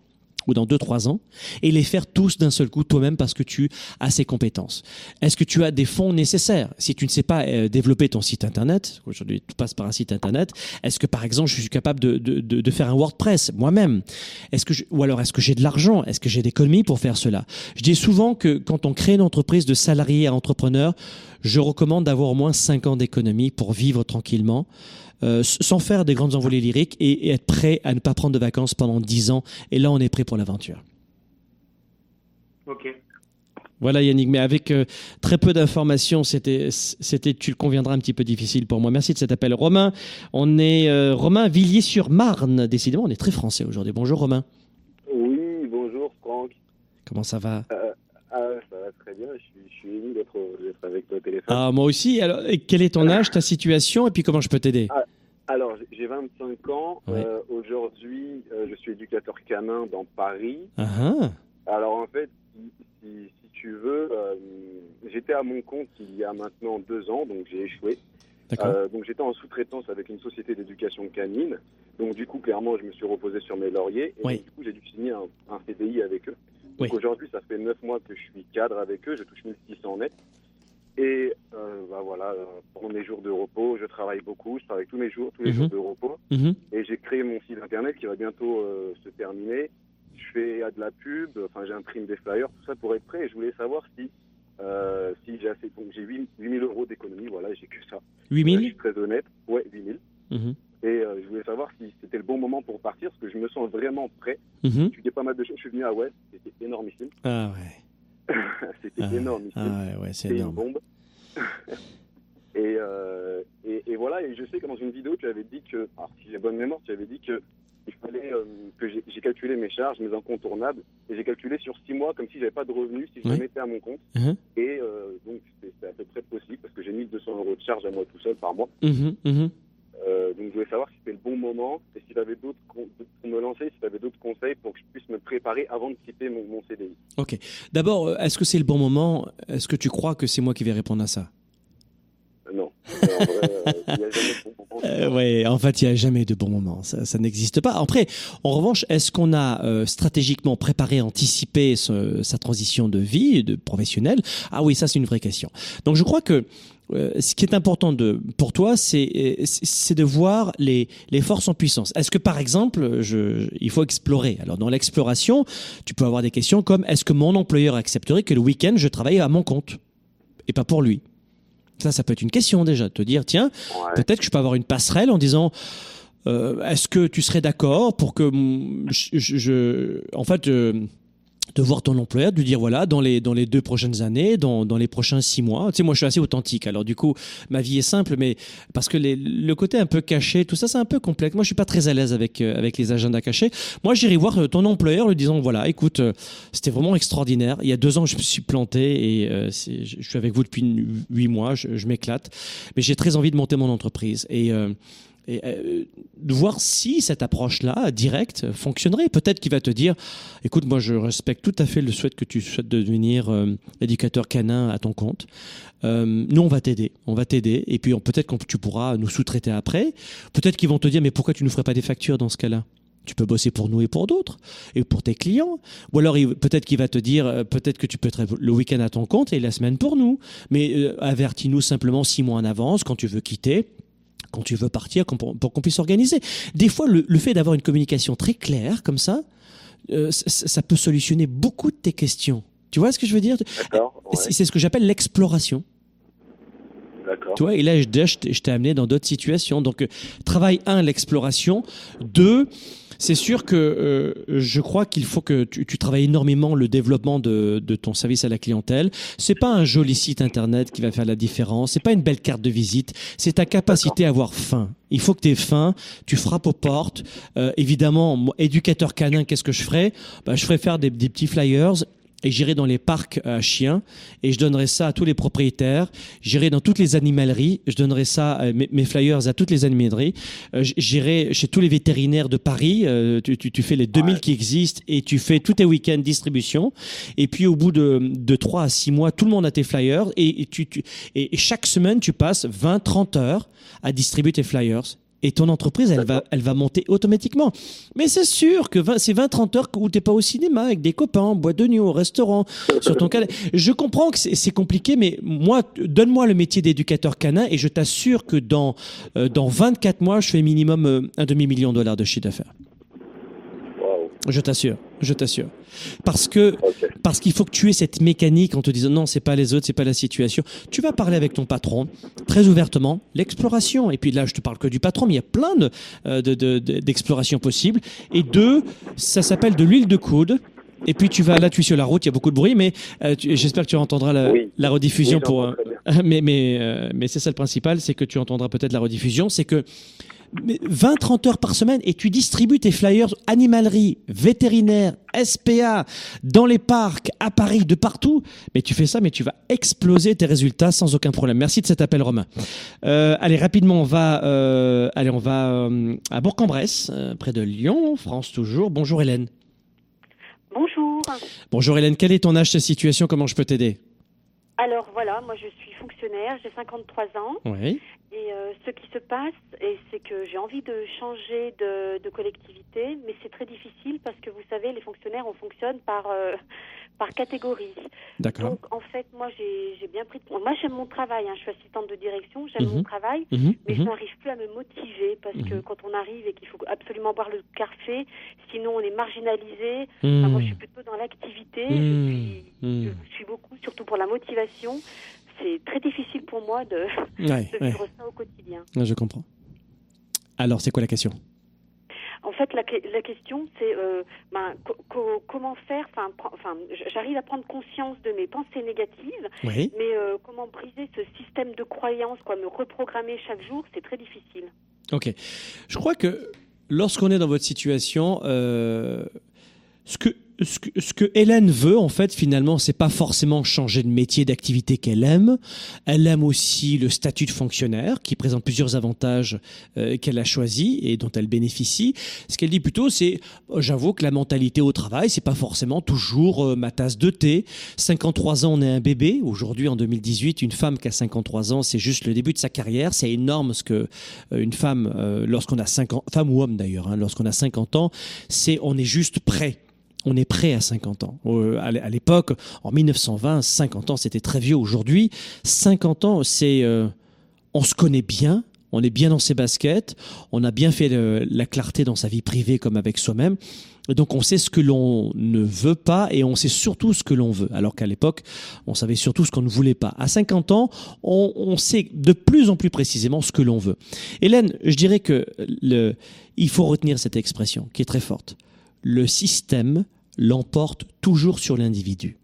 ou dans 2-3 ans, et les faire tous d'un seul coup toi-même parce que tu as ces compétences. Est-ce que tu as des fonds nécessaires? Si tu ne sais pas développer ton site internet, aujourd'hui tout passe par un site internet, est-ce que par exemple je suis capable de faire un WordPress moi-même? Ou alors est-ce que j'ai de l'argent? Est-ce que j'ai d'économies pour faire cela? Je dis souvent que quand on crée une entreprise de salarié à entrepreneur, je recommande d'avoir au moins 5 ans d'économie pour vivre tranquillement. Sans faire des grandes envolées lyriques et être prêt à ne pas prendre de vacances pendant 10 ans. Et là, on est prêt pour l'aventure. Ok. Voilà Yannick, mais avec très peu d'informations, c'était, tu le conviendras, un petit peu difficile pour moi. Merci de cet appel. Romain, on est Romain Villiers-sur-Marne. Décidément, on est très français aujourd'hui. Bonjour Romain. Oui, bonjour Franck. Comment ça va? Ça va très bien, je suis ému d'être avec toi au téléphone. Ah, moi aussi. Alors, quel est ton âge, ta situation, et puis comment je peux t'aider? Alors, j'ai 25 ans. Ouais. Aujourd'hui, je suis éducateur canin dans Paris. Alors, en fait, si tu veux, j'étais à mon compte il y a maintenant 2 ans, donc j'ai échoué. Donc, j'étais en sous-traitance avec une société d'éducation canine. Donc, du coup, clairement, je me suis reposé sur mes lauriers. Et donc, du coup, j'ai dû signer un CDI avec eux. Donc aujourd'hui, ça fait 9 mois que je suis cadre avec eux, je touche 1600 net. Et voilà, pour mes jours de repos, je travaille beaucoup, je travaille tous les jours de repos. Et j'ai créé mon site internet qui va bientôt se terminer. Je fais de la pub, j'imprime des flyers, tout ça pour être prêt. Et je voulais savoir si j'ai assez. Donc j'ai 8 000 euros d'économie, voilà, j'ai que ça. 8 000 je suis très honnête, 8 000. Et je voulais savoir si c'était le bon moment pour partir, parce que je me sens vraiment prêt. J'ai étudié pas mal de choses. Je suis venu à Ouest, c'était énormissime. Ah ouais. C'était énormissime. Ah ouais, c'est énorme. Une bombe. et voilà, et je sais que dans une vidéo, tu avais dit que, si j'ai bonne mémoire, tu avais dit que il fallait que j'ai calculé mes charges, mes incontournables, et j'ai calculé sur 6 mois comme si j'avais pas de revenus, si je me mettais à mon compte. Et donc c'est à peu près possible, parce que j'ai 1 200 euros de charges à moi tout seul par mois. Donc je voulais savoir si c'était le bon moment et si tu avais d'autres pour me lancer, si tu avais d'autres conseils pour que je puisse me préparer avant de quitter mon CDI. Ok. D'abord, est-ce que c'est le bon moment? Est-ce que tu crois que c'est moi qui vais répondre à ça? Non. En vrai, il n'y a jamais de bon moment. Oui, en fait, il n'y a jamais de bon moment. Ça n'existe pas. Après, en revanche, est-ce qu'on a stratégiquement préparé, anticipé sa transition de vie, de professionnelle? Ah oui, ça, c'est une vraie question. Donc, je crois que ce qui est important pour toi, c'est de voir les forces en puissance. Est-ce que, par exemple, il faut explorer? Alors, dans l'exploration, tu peux avoir des questions comme: est-ce que mon employeur accepterait que le week-end, je travaille à mon compte et pas pour lui? Ça peut être une question déjà, de te dire, tiens, peut-être que je peux avoir une passerelle en disant, est-ce que tu serais d'accord pour que de voir ton employeur, de lui dire, voilà, dans les 2 prochaines années, dans les prochains 6 mois. Tu sais, moi, je suis assez authentique. Alors, du coup, ma vie est simple, mais parce que le côté un peu caché, tout ça, c'est un peu complexe. Moi, je suis pas très à l'aise avec les agendas cachés. Moi, j'irai voir ton employeur, lui disant, voilà, écoute, c'était vraiment extraordinaire. Il y a 2 ans, je me suis planté et je suis avec vous depuis 8 mois. Je m'éclate. Mais j'ai très envie de monter mon entreprise. Et de voir si cette approche-là, directe, fonctionnerait. Peut-être qu'il va te dire, écoute, moi je respecte tout à fait le souhait que tu souhaites devenir éducateur canin à ton compte. Nous, on va t'aider, et puis peut-être que tu pourras nous sous-traiter après. Peut-être qu'ils vont te dire, mais pourquoi tu ne ferais pas des factures dans ce cas-là? Tu peux bosser pour nous et pour d'autres, et pour tes clients. Ou alors, peut-être qu'il va te dire, peut-être que tu peux être le week-end à ton compte et la semaine pour nous. Mais avertis-nous simplement 6 mois en avance quand tu veux quitter, quand tu veux partir, pour qu'on puisse s'organiser. Des fois, le fait d'avoir une communication très claire comme ça, ça peut solutionner beaucoup de tes questions. Tu vois ce que je veux dire? D'accord. Ouais. C'est ce que j'appelle l'exploration. D'accord. Tu vois, et là, je t'ai amené dans d'autres situations. Donc, travail 1, l'exploration. 2, c'est sûr que je crois qu'il faut que tu travailles énormément le développement de ton service à la clientèle. C'est pas un joli site internet qui va faire la différence. C'est pas une belle carte de visite. C'est ta capacité à avoir faim. Il faut que tu aies faim. Tu frappes aux portes. Évidemment, moi, éducateur canin, qu'est-ce que je ferais? Je ferais faire des petits flyers. Et j'irai dans les parcs à chiens et je donnerai ça à tous les propriétaires. J'irai dans toutes les animaleries, je donnerai ça, mes flyers à toutes les animaleries. J'irai chez tous les vétérinaires de Paris. Tu fais les 2000 qui existent et tu fais tous tes week-ends distribution. Et puis au bout de 3 à 6 mois, tout le monde a tes flyers et chaque semaine, tu passes 20-30 heures à distribuer tes flyers. Et ton entreprise, elle va monter automatiquement. Mais c'est sûr que c'est 20-30 heures où t'es pas au cinéma avec des copains, en boîte de nuit, au restaurant, sur ton canal. Je comprends que c'est compliqué, mais moi, donne-moi le métier d'éducateur canin et je t'assure que dans 24 mois, je fais minimum $1 demi-million de chiffre d'affaires. Je t'assure. Parce qu'il faut que tu aies cette mécanique en te disant non, c'est pas les autres, c'est pas la situation. Tu vas parler avec ton patron très ouvertement, l'exploration. Et puis là, je te parle que du patron, mais il y a plein d'explorations possibles. Et 2, ça s'appelle de l'huile de coude. Et puis tu es sur la route, il y a beaucoup de bruit, mais j'espère que tu entendras la rediffusion mais c'est ça le principal, c'est que tu entendras peut-être la rediffusion, c'est que 20-30 heures par semaine et tu distribues tes flyers animalerie, vétérinaire, SPA, dans les parcs, à Paris, de partout. Mais tu fais ça, mais tu vas exploser tes résultats sans aucun problème. Merci de cet appel, Romain. Allez, rapidement, on va à Bourg-en-Bresse, près de Lyon, France toujours. Bonjour Hélène. Bonjour. Bonjour Hélène, quel est ton âge, ta situation, comment je peux t'aider? Alors voilà, moi je suis fonctionnaire, j'ai 53 ans. Oui. Et ce qui se passe, c'est que j'ai envie de changer de collectivité, mais c'est très difficile parce que vous savez, les fonctionnaires, on fonctionne par catégorie. D'accord. Donc en fait, moi j'ai bien pris. Moi j'aime mon travail, je suis assistante de direction, j'aime mon travail, mais je n'arrive plus à me motiver parce que quand on arrive et qu'il faut absolument boire le café, sinon on est marginalisé. Enfin, moi je suis plutôt dans l'activité, je suis beaucoup, surtout pour la motivation. C'est très difficile pour moi de vivre ça au quotidien. Je comprends. Alors, c'est quoi la question? En fait, la question, c'est comment faire. J'arrive à prendre conscience de mes pensées négatives, mais comment briser ce système de croyances, me reprogrammer chaque jour, c'est très difficile. Ok. Je crois que lorsqu'on est dans votre situation, ce que Hélène veut, en fait, finalement, c'est pas forcément changer de métier, d'activité qu'elle aime. Elle aime aussi le statut de fonctionnaire, qui présente plusieurs avantages qu'elle a choisis et dont elle bénéficie. Ce qu'elle dit plutôt, c'est, j'avoue que la mentalité au travail, c'est pas forcément toujours ma tasse de thé. 53 ans, on est un bébé. Aujourd'hui, en 2018, une femme qui a 53 ans, c'est juste le début de sa carrière. C'est énorme ce que une femme, lorsqu'on a 50, femme ou homme d'ailleurs, lorsqu'on a 50 ans, on est juste prêt. On est prêt à 50 ans. À l'époque, en 1920, 50 ans, c'était très vieux. Aujourd'hui, 50 ans, on se connaît bien, on est bien dans ses baskets, on a bien fait la clarté dans sa vie privée comme avec soi-même. Et donc, on sait ce que l'on ne veut pas et on sait surtout ce que l'on veut. Alors qu'à l'époque, on savait surtout ce qu'on ne voulait pas. À 50 ans, on sait de plus en plus précisément ce que l'on veut. Hélène, je dirais que il faut retenir cette expression qui est très forte. Le système l'emporte toujours sur l'individu.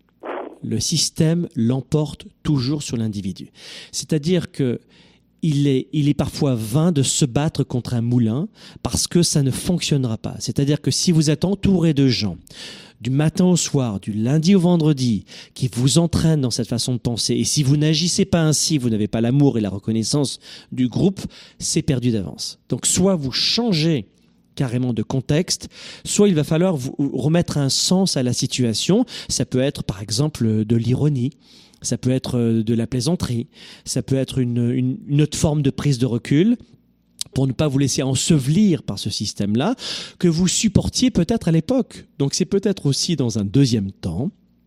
Le système l'emporte toujours sur l'individu. C'est-à-dire que il est parfois vain de se battre contre un moulin parce que ça ne fonctionnera pas. C'est-à-dire que si vous êtes entouré de gens du matin au soir, du lundi au vendredi, qui vous entraînent dans cette façon de penser, et si vous n'agissez pas ainsi, vous n'avez pas l'amour et la reconnaissance du groupe, c'est perdu d'avance. Donc soit vous changez carrément de contexte, soit il va falloir vous remettre un sens à la situation. Ça peut être par exemple de l'ironie, ça peut être de la plaisanterie, ça peut être une autre forme de prise de recul pour ne pas vous laisser ensevelir par ce système-là que vous supportiez peut-être à l'époque. Donc c'est peut-être aussi dans un deuxième temps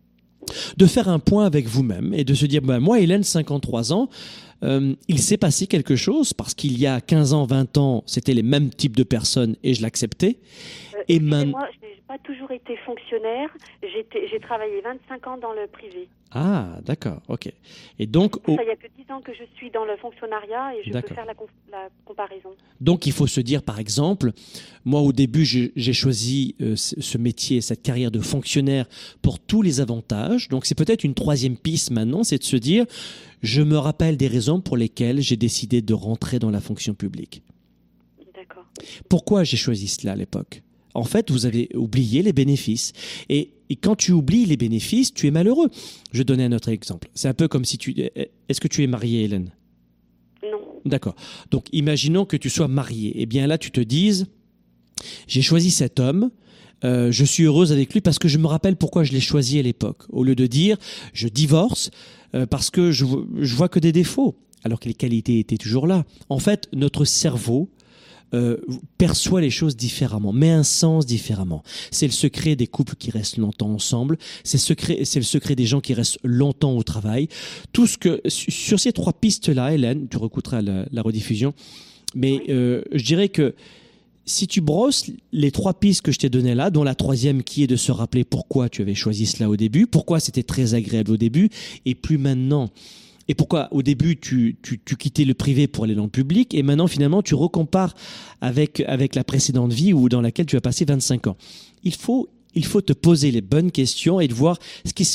de faire un point avec vous-même et de se dire, moi Hélène, 53 ans, il s'est passé quelque chose parce qu'il y a 15 ans, 20 ans, c'était les mêmes types de personnes et je l'acceptais. Et maintenant, je n'ai pas toujours été fonctionnaire. J'ai travaillé 25 ans dans le privé. Ah, d'accord, ok. Et donc, il n'y a que 10 ans que je suis dans le fonctionnariat et je peux faire la comparaison. Donc, il faut se dire, par exemple, moi, au début, j'ai choisi ce métier, cette carrière de fonctionnaire pour tous les avantages. Donc, c'est peut-être une troisième piste maintenant, c'est de se dire, je me rappelle des raisons pour lesquelles j'ai décidé de rentrer dans la fonction publique. D'accord. Pourquoi j'ai choisi cela à l'époque ? En fait, vous avez oublié les bénéfices. Et quand tu oublies les bénéfices, tu es malheureux. Je vais donner un autre exemple. C'est un peu comme si Est-ce que tu es mariée, Hélène ? Non. D'accord. Donc, imaginons que tu sois mariée. Eh bien là, tu te dises, j'ai choisi cet homme, je suis heureuse avec lui parce que je me rappelle pourquoi je l'ai choisi à l'époque. Au lieu de dire, je divorce parce que je vois que des défauts, alors que les qualités étaient toujours là. En fait, notre cerveau perçoit les choses différemment, met un sens différemment. C'est le secret des couples qui restent longtemps ensemble, c'est le secret des gens qui restent longtemps au travail. Tout ce que sur ces 3 pistes-là, Hélène, tu réécouteras la rediffusion, mais je dirais que si tu brosses les 3 pistes que je t'ai données là, dont la 3e qui est de se rappeler pourquoi tu avais choisi cela au début, pourquoi c'était très agréable au début et plus maintenant, et pourquoi au début tu quittais le privé pour aller dans le public et maintenant finalement tu recompares avec la précédente vie ou dans laquelle tu as passé 25 ans. Il faut te poser les bonnes questions et de voir ce qui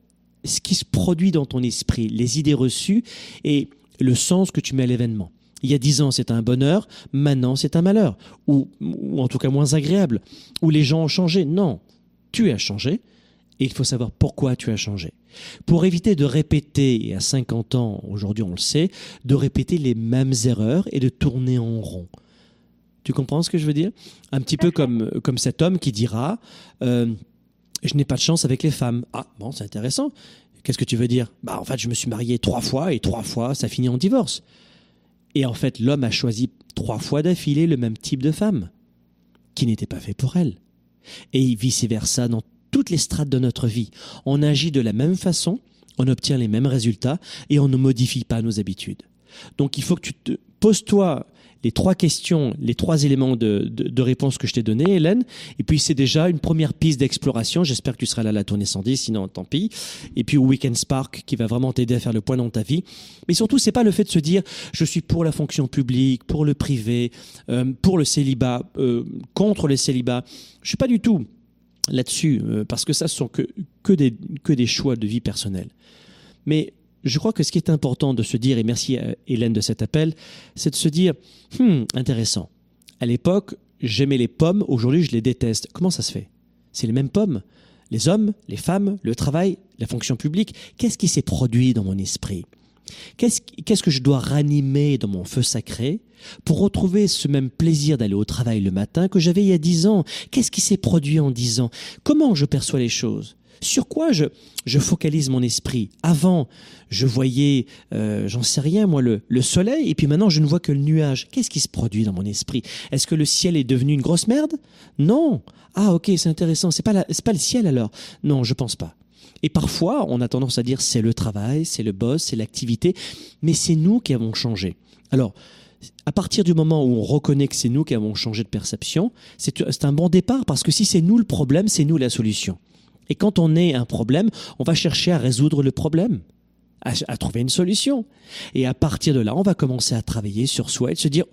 se produit dans ton esprit, les idées reçues et le sens que tu mets à l'événement. Il y a 10 ans, c'est un bonheur. Maintenant, c'est un malheur. Ou en tout cas moins agréable. Ou les gens ont changé. Non, tu as changé. Et il faut savoir pourquoi tu as changé. Pour éviter de répéter, et à 50 ans, aujourd'hui on le sait, de répéter les mêmes erreurs et de tourner en rond. Tu comprends ce que je veux dire ? Un petit peu comme cet homme qui dira je n'ai pas de chance avec les femmes. Ah, bon, c'est intéressant. Qu'est-ce que tu veux dire ? En fait, je me suis marié 3 fois et 3 fois, ça finit en divorce. Et en fait, l'homme a choisi 3 fois d'affilée le même type de femme, qui n'était pas fait pour elle. Et vice-versa, dans toutes les strates de notre vie, on agit de la même façon, on obtient les mêmes résultats et on ne modifie pas nos habitudes. Donc il faut que tu te poses-toi les 3 questions, les 3 éléments de réponse que je t'ai donnés, Hélène. Et puis c'est déjà une première piste d'exploration. J'espère que tu seras là à la tournée 110, sinon tant pis. Et puis au Weekend Spark qui va vraiment t'aider à faire le point dans ta vie. Mais surtout, c'est pas le fait de se dire je suis pour la fonction publique, pour le privé, pour le célibat, contre le célibat. Je suis pas du tout là-dessus parce que ça ce sont que des choix de vie personnelle. Mais je crois que ce qui est important de se dire, et merci à Hélène de cet appel, c'est de se dire, intéressant. À l'époque, j'aimais les pommes, aujourd'hui je les déteste. Comment ça se fait ? C'est les mêmes pommes. Les hommes, les femmes, le travail, la fonction publique. Qu'est-ce qui s'est produit dans mon esprit ? Qu'est-ce que je dois ranimer dans mon feu sacré pour retrouver ce même plaisir d'aller au travail le matin que j'avais il y a 10 ans ? Qu'est-ce qui s'est produit en 10 ans ? Comment je perçois les choses ? Sur quoi je focalise mon esprit ? Avant, je voyais, j'en sais rien moi, le soleil, et puis maintenant je ne vois que le nuage. Qu'est-ce qui se produit dans mon esprit ? Est-ce que le ciel est devenu une grosse merde ? Non. Ah ok, c'est intéressant. C'est pas le ciel alors ? Non, je pense pas. Et parfois, on a tendance à dire c'est le travail, c'est le boss, c'est l'activité, mais c'est nous qui avons changé. Alors, à partir du moment où on reconnaît que c'est nous qui avons changé de perception, c'est un bon départ parce que si c'est nous le problème, c'est nous la solution. Et quand on a un problème, on va chercher à résoudre le problème, à trouver une solution. Et à partir de là, on va commencer à travailler sur soi et de se dire,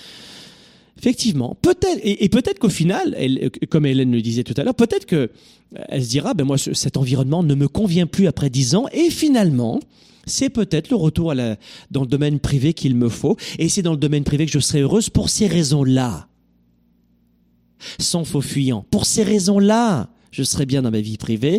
effectivement, peut-être, et peut-être qu'au final, comme Hélène le disait tout à l'heure, peut-être qu'elle se dira, moi, cet environnement ne me convient plus après 10 ans, et finalement, c'est peut-être le retour dans le domaine privé qu'il me faut, et c'est dans le domaine privé que je serai heureuse pour ces raisons-là. Sans faux fuyant. Pour ces raisons-là, je serai bien dans ma vie privée,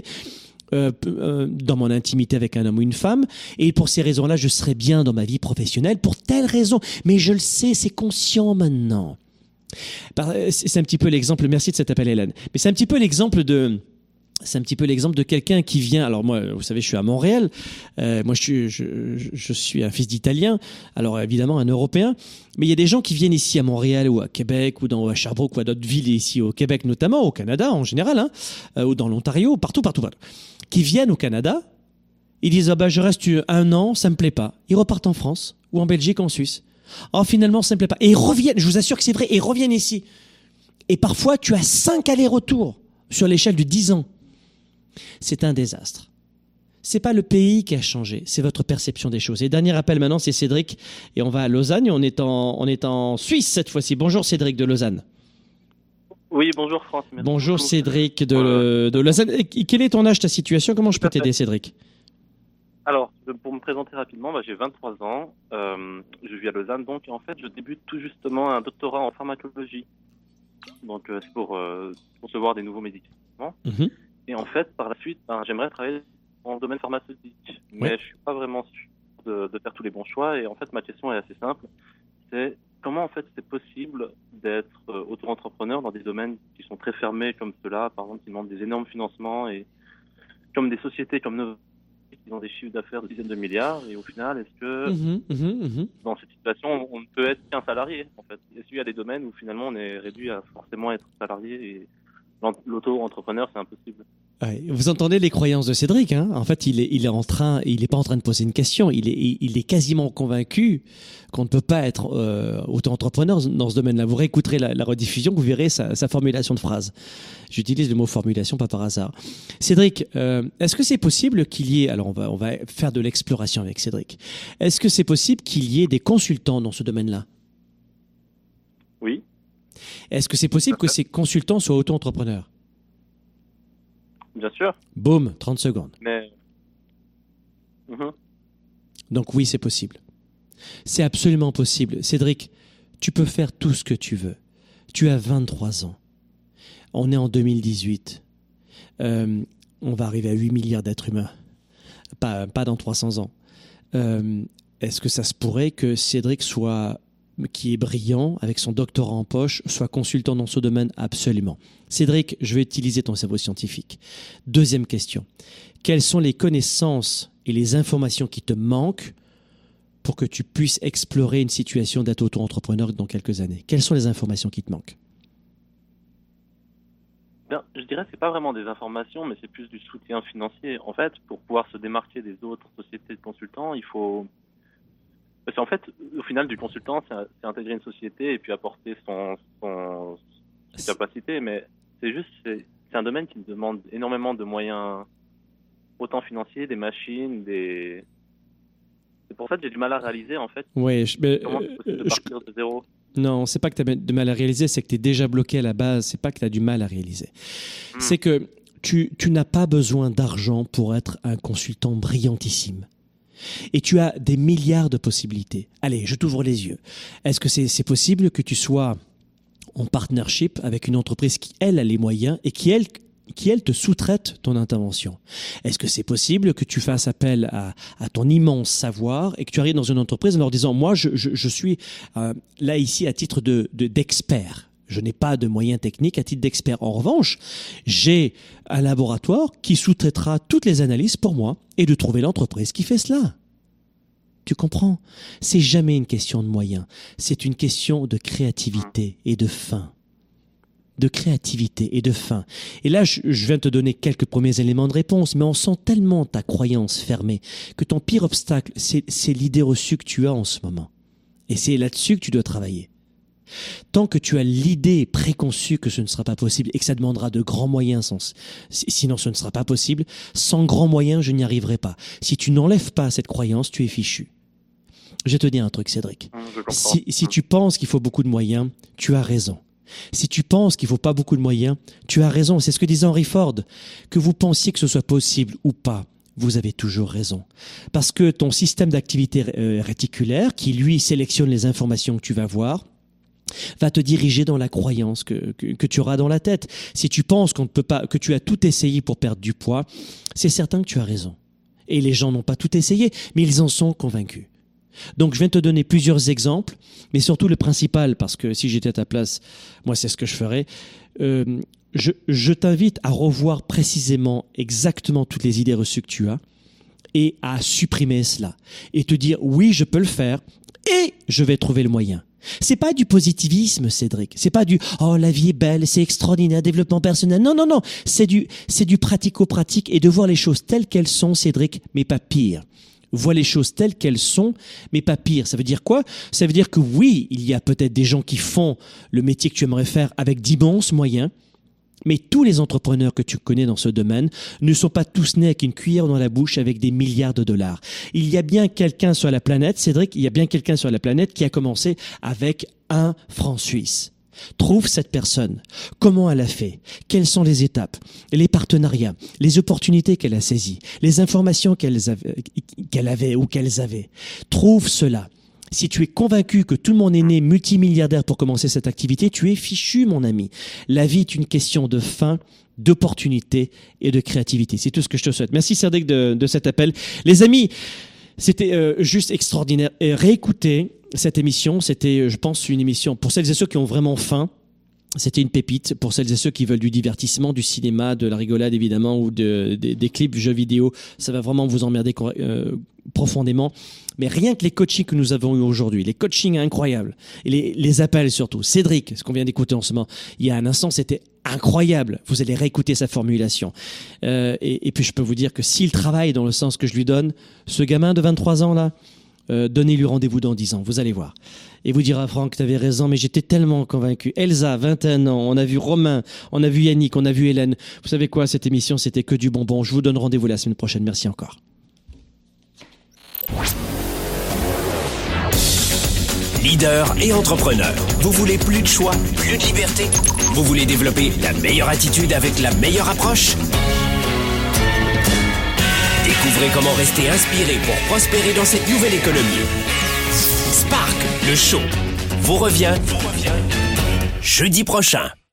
dans mon intimité avec un homme ou une femme, et pour ces raisons-là, je serai bien dans ma vie professionnelle pour telle raison. Mais je le sais, c'est conscient maintenant. C'est un petit peu l'exemple, merci de cet appel Hélène, mais c'est un petit peu l'exemple de quelqu'un qui vient. Alors moi, vous savez, je suis à Montréal. Moi, je suis un fils d'Italien. Alors évidemment, un Européen. Mais il y a des gens qui viennent ici à Montréal ou à Québec ou à Sherbrooke ou à d'autres villes ici au Québec notamment, au Canada en général, ou dans l'Ontario, partout, qui viennent au Canada. Ils disent je reste 1 an, ça me plaît pas. Ils repartent en France ou en Belgique, en Suisse. Finalement, ça me plaît pas. Et ils reviennent. Je vous assure que c'est vrai. Ils reviennent ici. Et parfois, tu as 5 allers-retours sur l'échelle de 10 ans. C'est un désastre. C'est pas le pays qui a changé, c'est votre perception des choses. Et dernier appel maintenant, c'est Cédric, et on va à Lausanne, et on est en Suisse cette fois-ci. Bonjour Cédric de Lausanne. Oui, bonjour France. Merci bonjour beaucoup. Cédric de Lausanne. Quel est ton âge, ta situation ? Comment je peux t'aider Cédric ? Alors, pour me présenter rapidement, j'ai 23 ans, je vis à Lausanne, donc en fait je débute tout justement un doctorat en pharmacologie. Donc c'est pour concevoir des nouveaux médicaments. Mm-hmm. Et en fait, par la suite, j'aimerais travailler dans le domaine pharmaceutique. Mais je suis pas vraiment sûr de faire tous les bons choix. Et en fait, ma question est assez simple. C'est comment, en fait, c'est possible d'être auto-entrepreneur dans des domaines qui sont très fermés comme ceux-là, par exemple, qui demandent des énormes financements et comme des sociétés comme Novartis ils ont des chiffres d'affaires de dizaines de milliards, et au final, est-ce que dans cette situation, on ne peut être qu'un salarié, en fait? Est-ce qu'il y a des domaines où finalement on est réduit à forcément être salarié, et l'auto-entrepreneur, c'est impossible? Ouais. Vous entendez les croyances de Cédric, hein? En fait, il est pas en train de poser une question. Il est quasiment convaincu qu'on ne peut pas être auto-entrepreneur dans ce domaine-là. Vous réécouterez la rediffusion, vous verrez sa formulation de phrase. J'utilise le mot formulation pas par hasard. Cédric, est-ce que c'est possible qu'il y ait, alors on va faire de l'exploration avec Cédric. Est-ce que c'est possible qu'il y ait des consultants dans ce domaine-là? Oui. Est-ce que c'est possible que ces consultants soient auto-entrepreneurs? Bien sûr. Boum, 30 secondes. Mais... Donc oui, c'est possible. C'est absolument possible. Cédric, tu peux faire tout ce que tu veux. Tu as 23 ans. On est en 2018. On va arriver à 8 milliards d'êtres humains. Pas dans 300 ans. Est-ce que ça se pourrait que Cédric qui est brillant, avec son doctorat en poche, soit consultant dans ce domaine? Absolument. Cédric, je vais utiliser ton cerveau scientifique. Deuxième question. Quelles sont les connaissances et les informations qui te manquent pour que tu puisses explorer une situation d'être auto-entrepreneur dans quelques années? Quelles sont les informations qui te manquent? Bien, je dirais que c'est pas vraiment des informations, mais c'est plus du soutien financier. En fait, pour pouvoir se démarquer des autres sociétés de consultants, il faut... Parce qu'en fait, au final, du consultant, c'est intégrer une société et puis apporter son capacité. Mais c'est un domaine qui demande énormément de moyens, autant financiers, des machines, C'est pour ça que j'ai du mal à réaliser, en fait. Oui, comment c'est possible de partir de zéro? Non, c'est pas que tu as de mal à réaliser, c'est que tu es déjà bloqué à la base. C'est pas que tu as du mal à réaliser. C'est que tu n'as pas besoin d'argent pour être un consultant brillantissime. Et tu as des milliards de possibilités. Allez, je t'ouvre les yeux. Est-ce que c'est possible que tu sois en partnership avec une entreprise qui, elle, a les moyens et qui, elle, te sous-traite ton intervention? Est-ce que c'est possible que tu fasses appel à ton immense savoir et que tu arrives dans une entreprise en leur disant « Moi, je suis là ici à titre d'expert. Je n'ai pas de moyens techniques à titre d'expert. En revanche, j'ai un laboratoire qui sous-traitera toutes les analyses pour moi et de trouver l'entreprise qui fait cela. » Tu comprends? C'est jamais une question de moyens. C'est une question de créativité et de fin. De créativité et de fin. Et là, je viens de te donner quelques premiers éléments de réponse, mais on sent tellement ta croyance fermée que ton pire obstacle, c'est l'idée reçue que tu as en ce moment. Et c'est là-dessus que tu dois travailler. Tant que tu as l'idée préconçue que ce ne sera pas possible et que ça demandera de grands moyens, sinon ce ne sera pas possible, sans grands moyens, je n'y arriverai pas. Si tu n'enlèves pas cette croyance, tu es fichu. Je vais te dire un truc, Cédric. Si tu penses qu'il faut beaucoup de moyens, tu as raison. Si tu penses qu'il ne faut pas beaucoup de moyens, tu as raison. C'est ce que disait Henry Ford. Que vous pensiez que ce soit possible ou pas, vous avez toujours raison. Parce que ton système d'activité réticulaire, qui lui sélectionne les informations que tu vas voir, va te diriger dans la croyance que tu auras dans la tête. Si tu penses qu'on ne peut pas, que tu as tout essayé pour perdre du poids, c'est certain que tu as raison. Et les gens n'ont pas tout essayé, mais ils en sont convaincus. Donc je viens te donner plusieurs exemples, mais surtout le principal, parce que si j'étais à ta place, moi c'est ce que je ferais. Je t'invite à revoir précisément exactement toutes les idées reçues que tu as et à supprimer cela. Et te dire oui, je peux le faire et je vais trouver le moyen. C'est pas du positivisme, Cédric. C'est pas du « oh, la vie est belle, c'est extraordinaire, développement personnel ». Non, non, non. C'est du pratico-pratique et de voir les choses telles qu'elles sont, Cédric, mais pas pire. Vois les choses telles qu'elles sont, mais pas pire. Ça veut dire quoi? Ça veut dire que oui, il y a peut-être des gens qui font le métier que tu aimerais faire avec d'immenses moyens, mais tous les entrepreneurs que tu connais dans ce domaine ne sont pas tous nés avec une cuillère dans la bouche avec des milliards de dollars. Il y a bien quelqu'un sur la planète, Cédric, il y a bien quelqu'un sur la planète qui a commencé avec 1 franc suisse. Trouve cette personne. Comment elle a fait? Quelles sont les étapes? Les partenariats? Les opportunités qu'elle a saisies? Les informations qu'elle avait ou qu'elles avaient? Trouve cela. Si tu es convaincu que tout le monde est né multimilliardaire pour commencer cette activité, tu es fichu, mon ami. La vie est une question de fin, d'opportunité et de créativité. C'est tout ce que je te souhaite. Merci, Cédric, de cet appel. Les amis, c'était juste extraordinaire. Et réécoutez cette émission. C'était, je pense, une émission pour celles et ceux qui ont vraiment faim. C'était une pépite pour celles et ceux qui veulent du divertissement, du cinéma, de la rigolade évidemment, ou des clips, jeux vidéo. Ça va vraiment vous emmerder profondément. Mais rien que les coachings que nous avons eu aujourd'hui, les coachings incroyables, et les appels surtout. Cédric, ce qu'on vient d'écouter en ce moment, il y a un instant, c'était incroyable. Vous allez réécouter sa formulation. Et puis je peux vous dire que s'il travaille dans le sens que je lui donne, ce gamin de 23 ans là, donnez-lui rendez-vous dans 10 ans, vous allez voir. Et vous direz, Franck, t'avais raison, mais j'étais tellement convaincu. Elsa, 21 ans, on a vu Romain, on a vu Yannick, on a vu Hélène. Vous savez quoi, cette émission, c'était que du bonbon. Je vous donne rendez-vous la semaine prochaine. Merci encore. Leader et entrepreneur, vous voulez plus de choix, plus de liberté? Vous voulez développer la meilleure attitude avec la meilleure approche? Découvrez comment rester inspiré pour prospérer dans cette nouvelle économie. Spark, le show, vous revient jeudi prochain.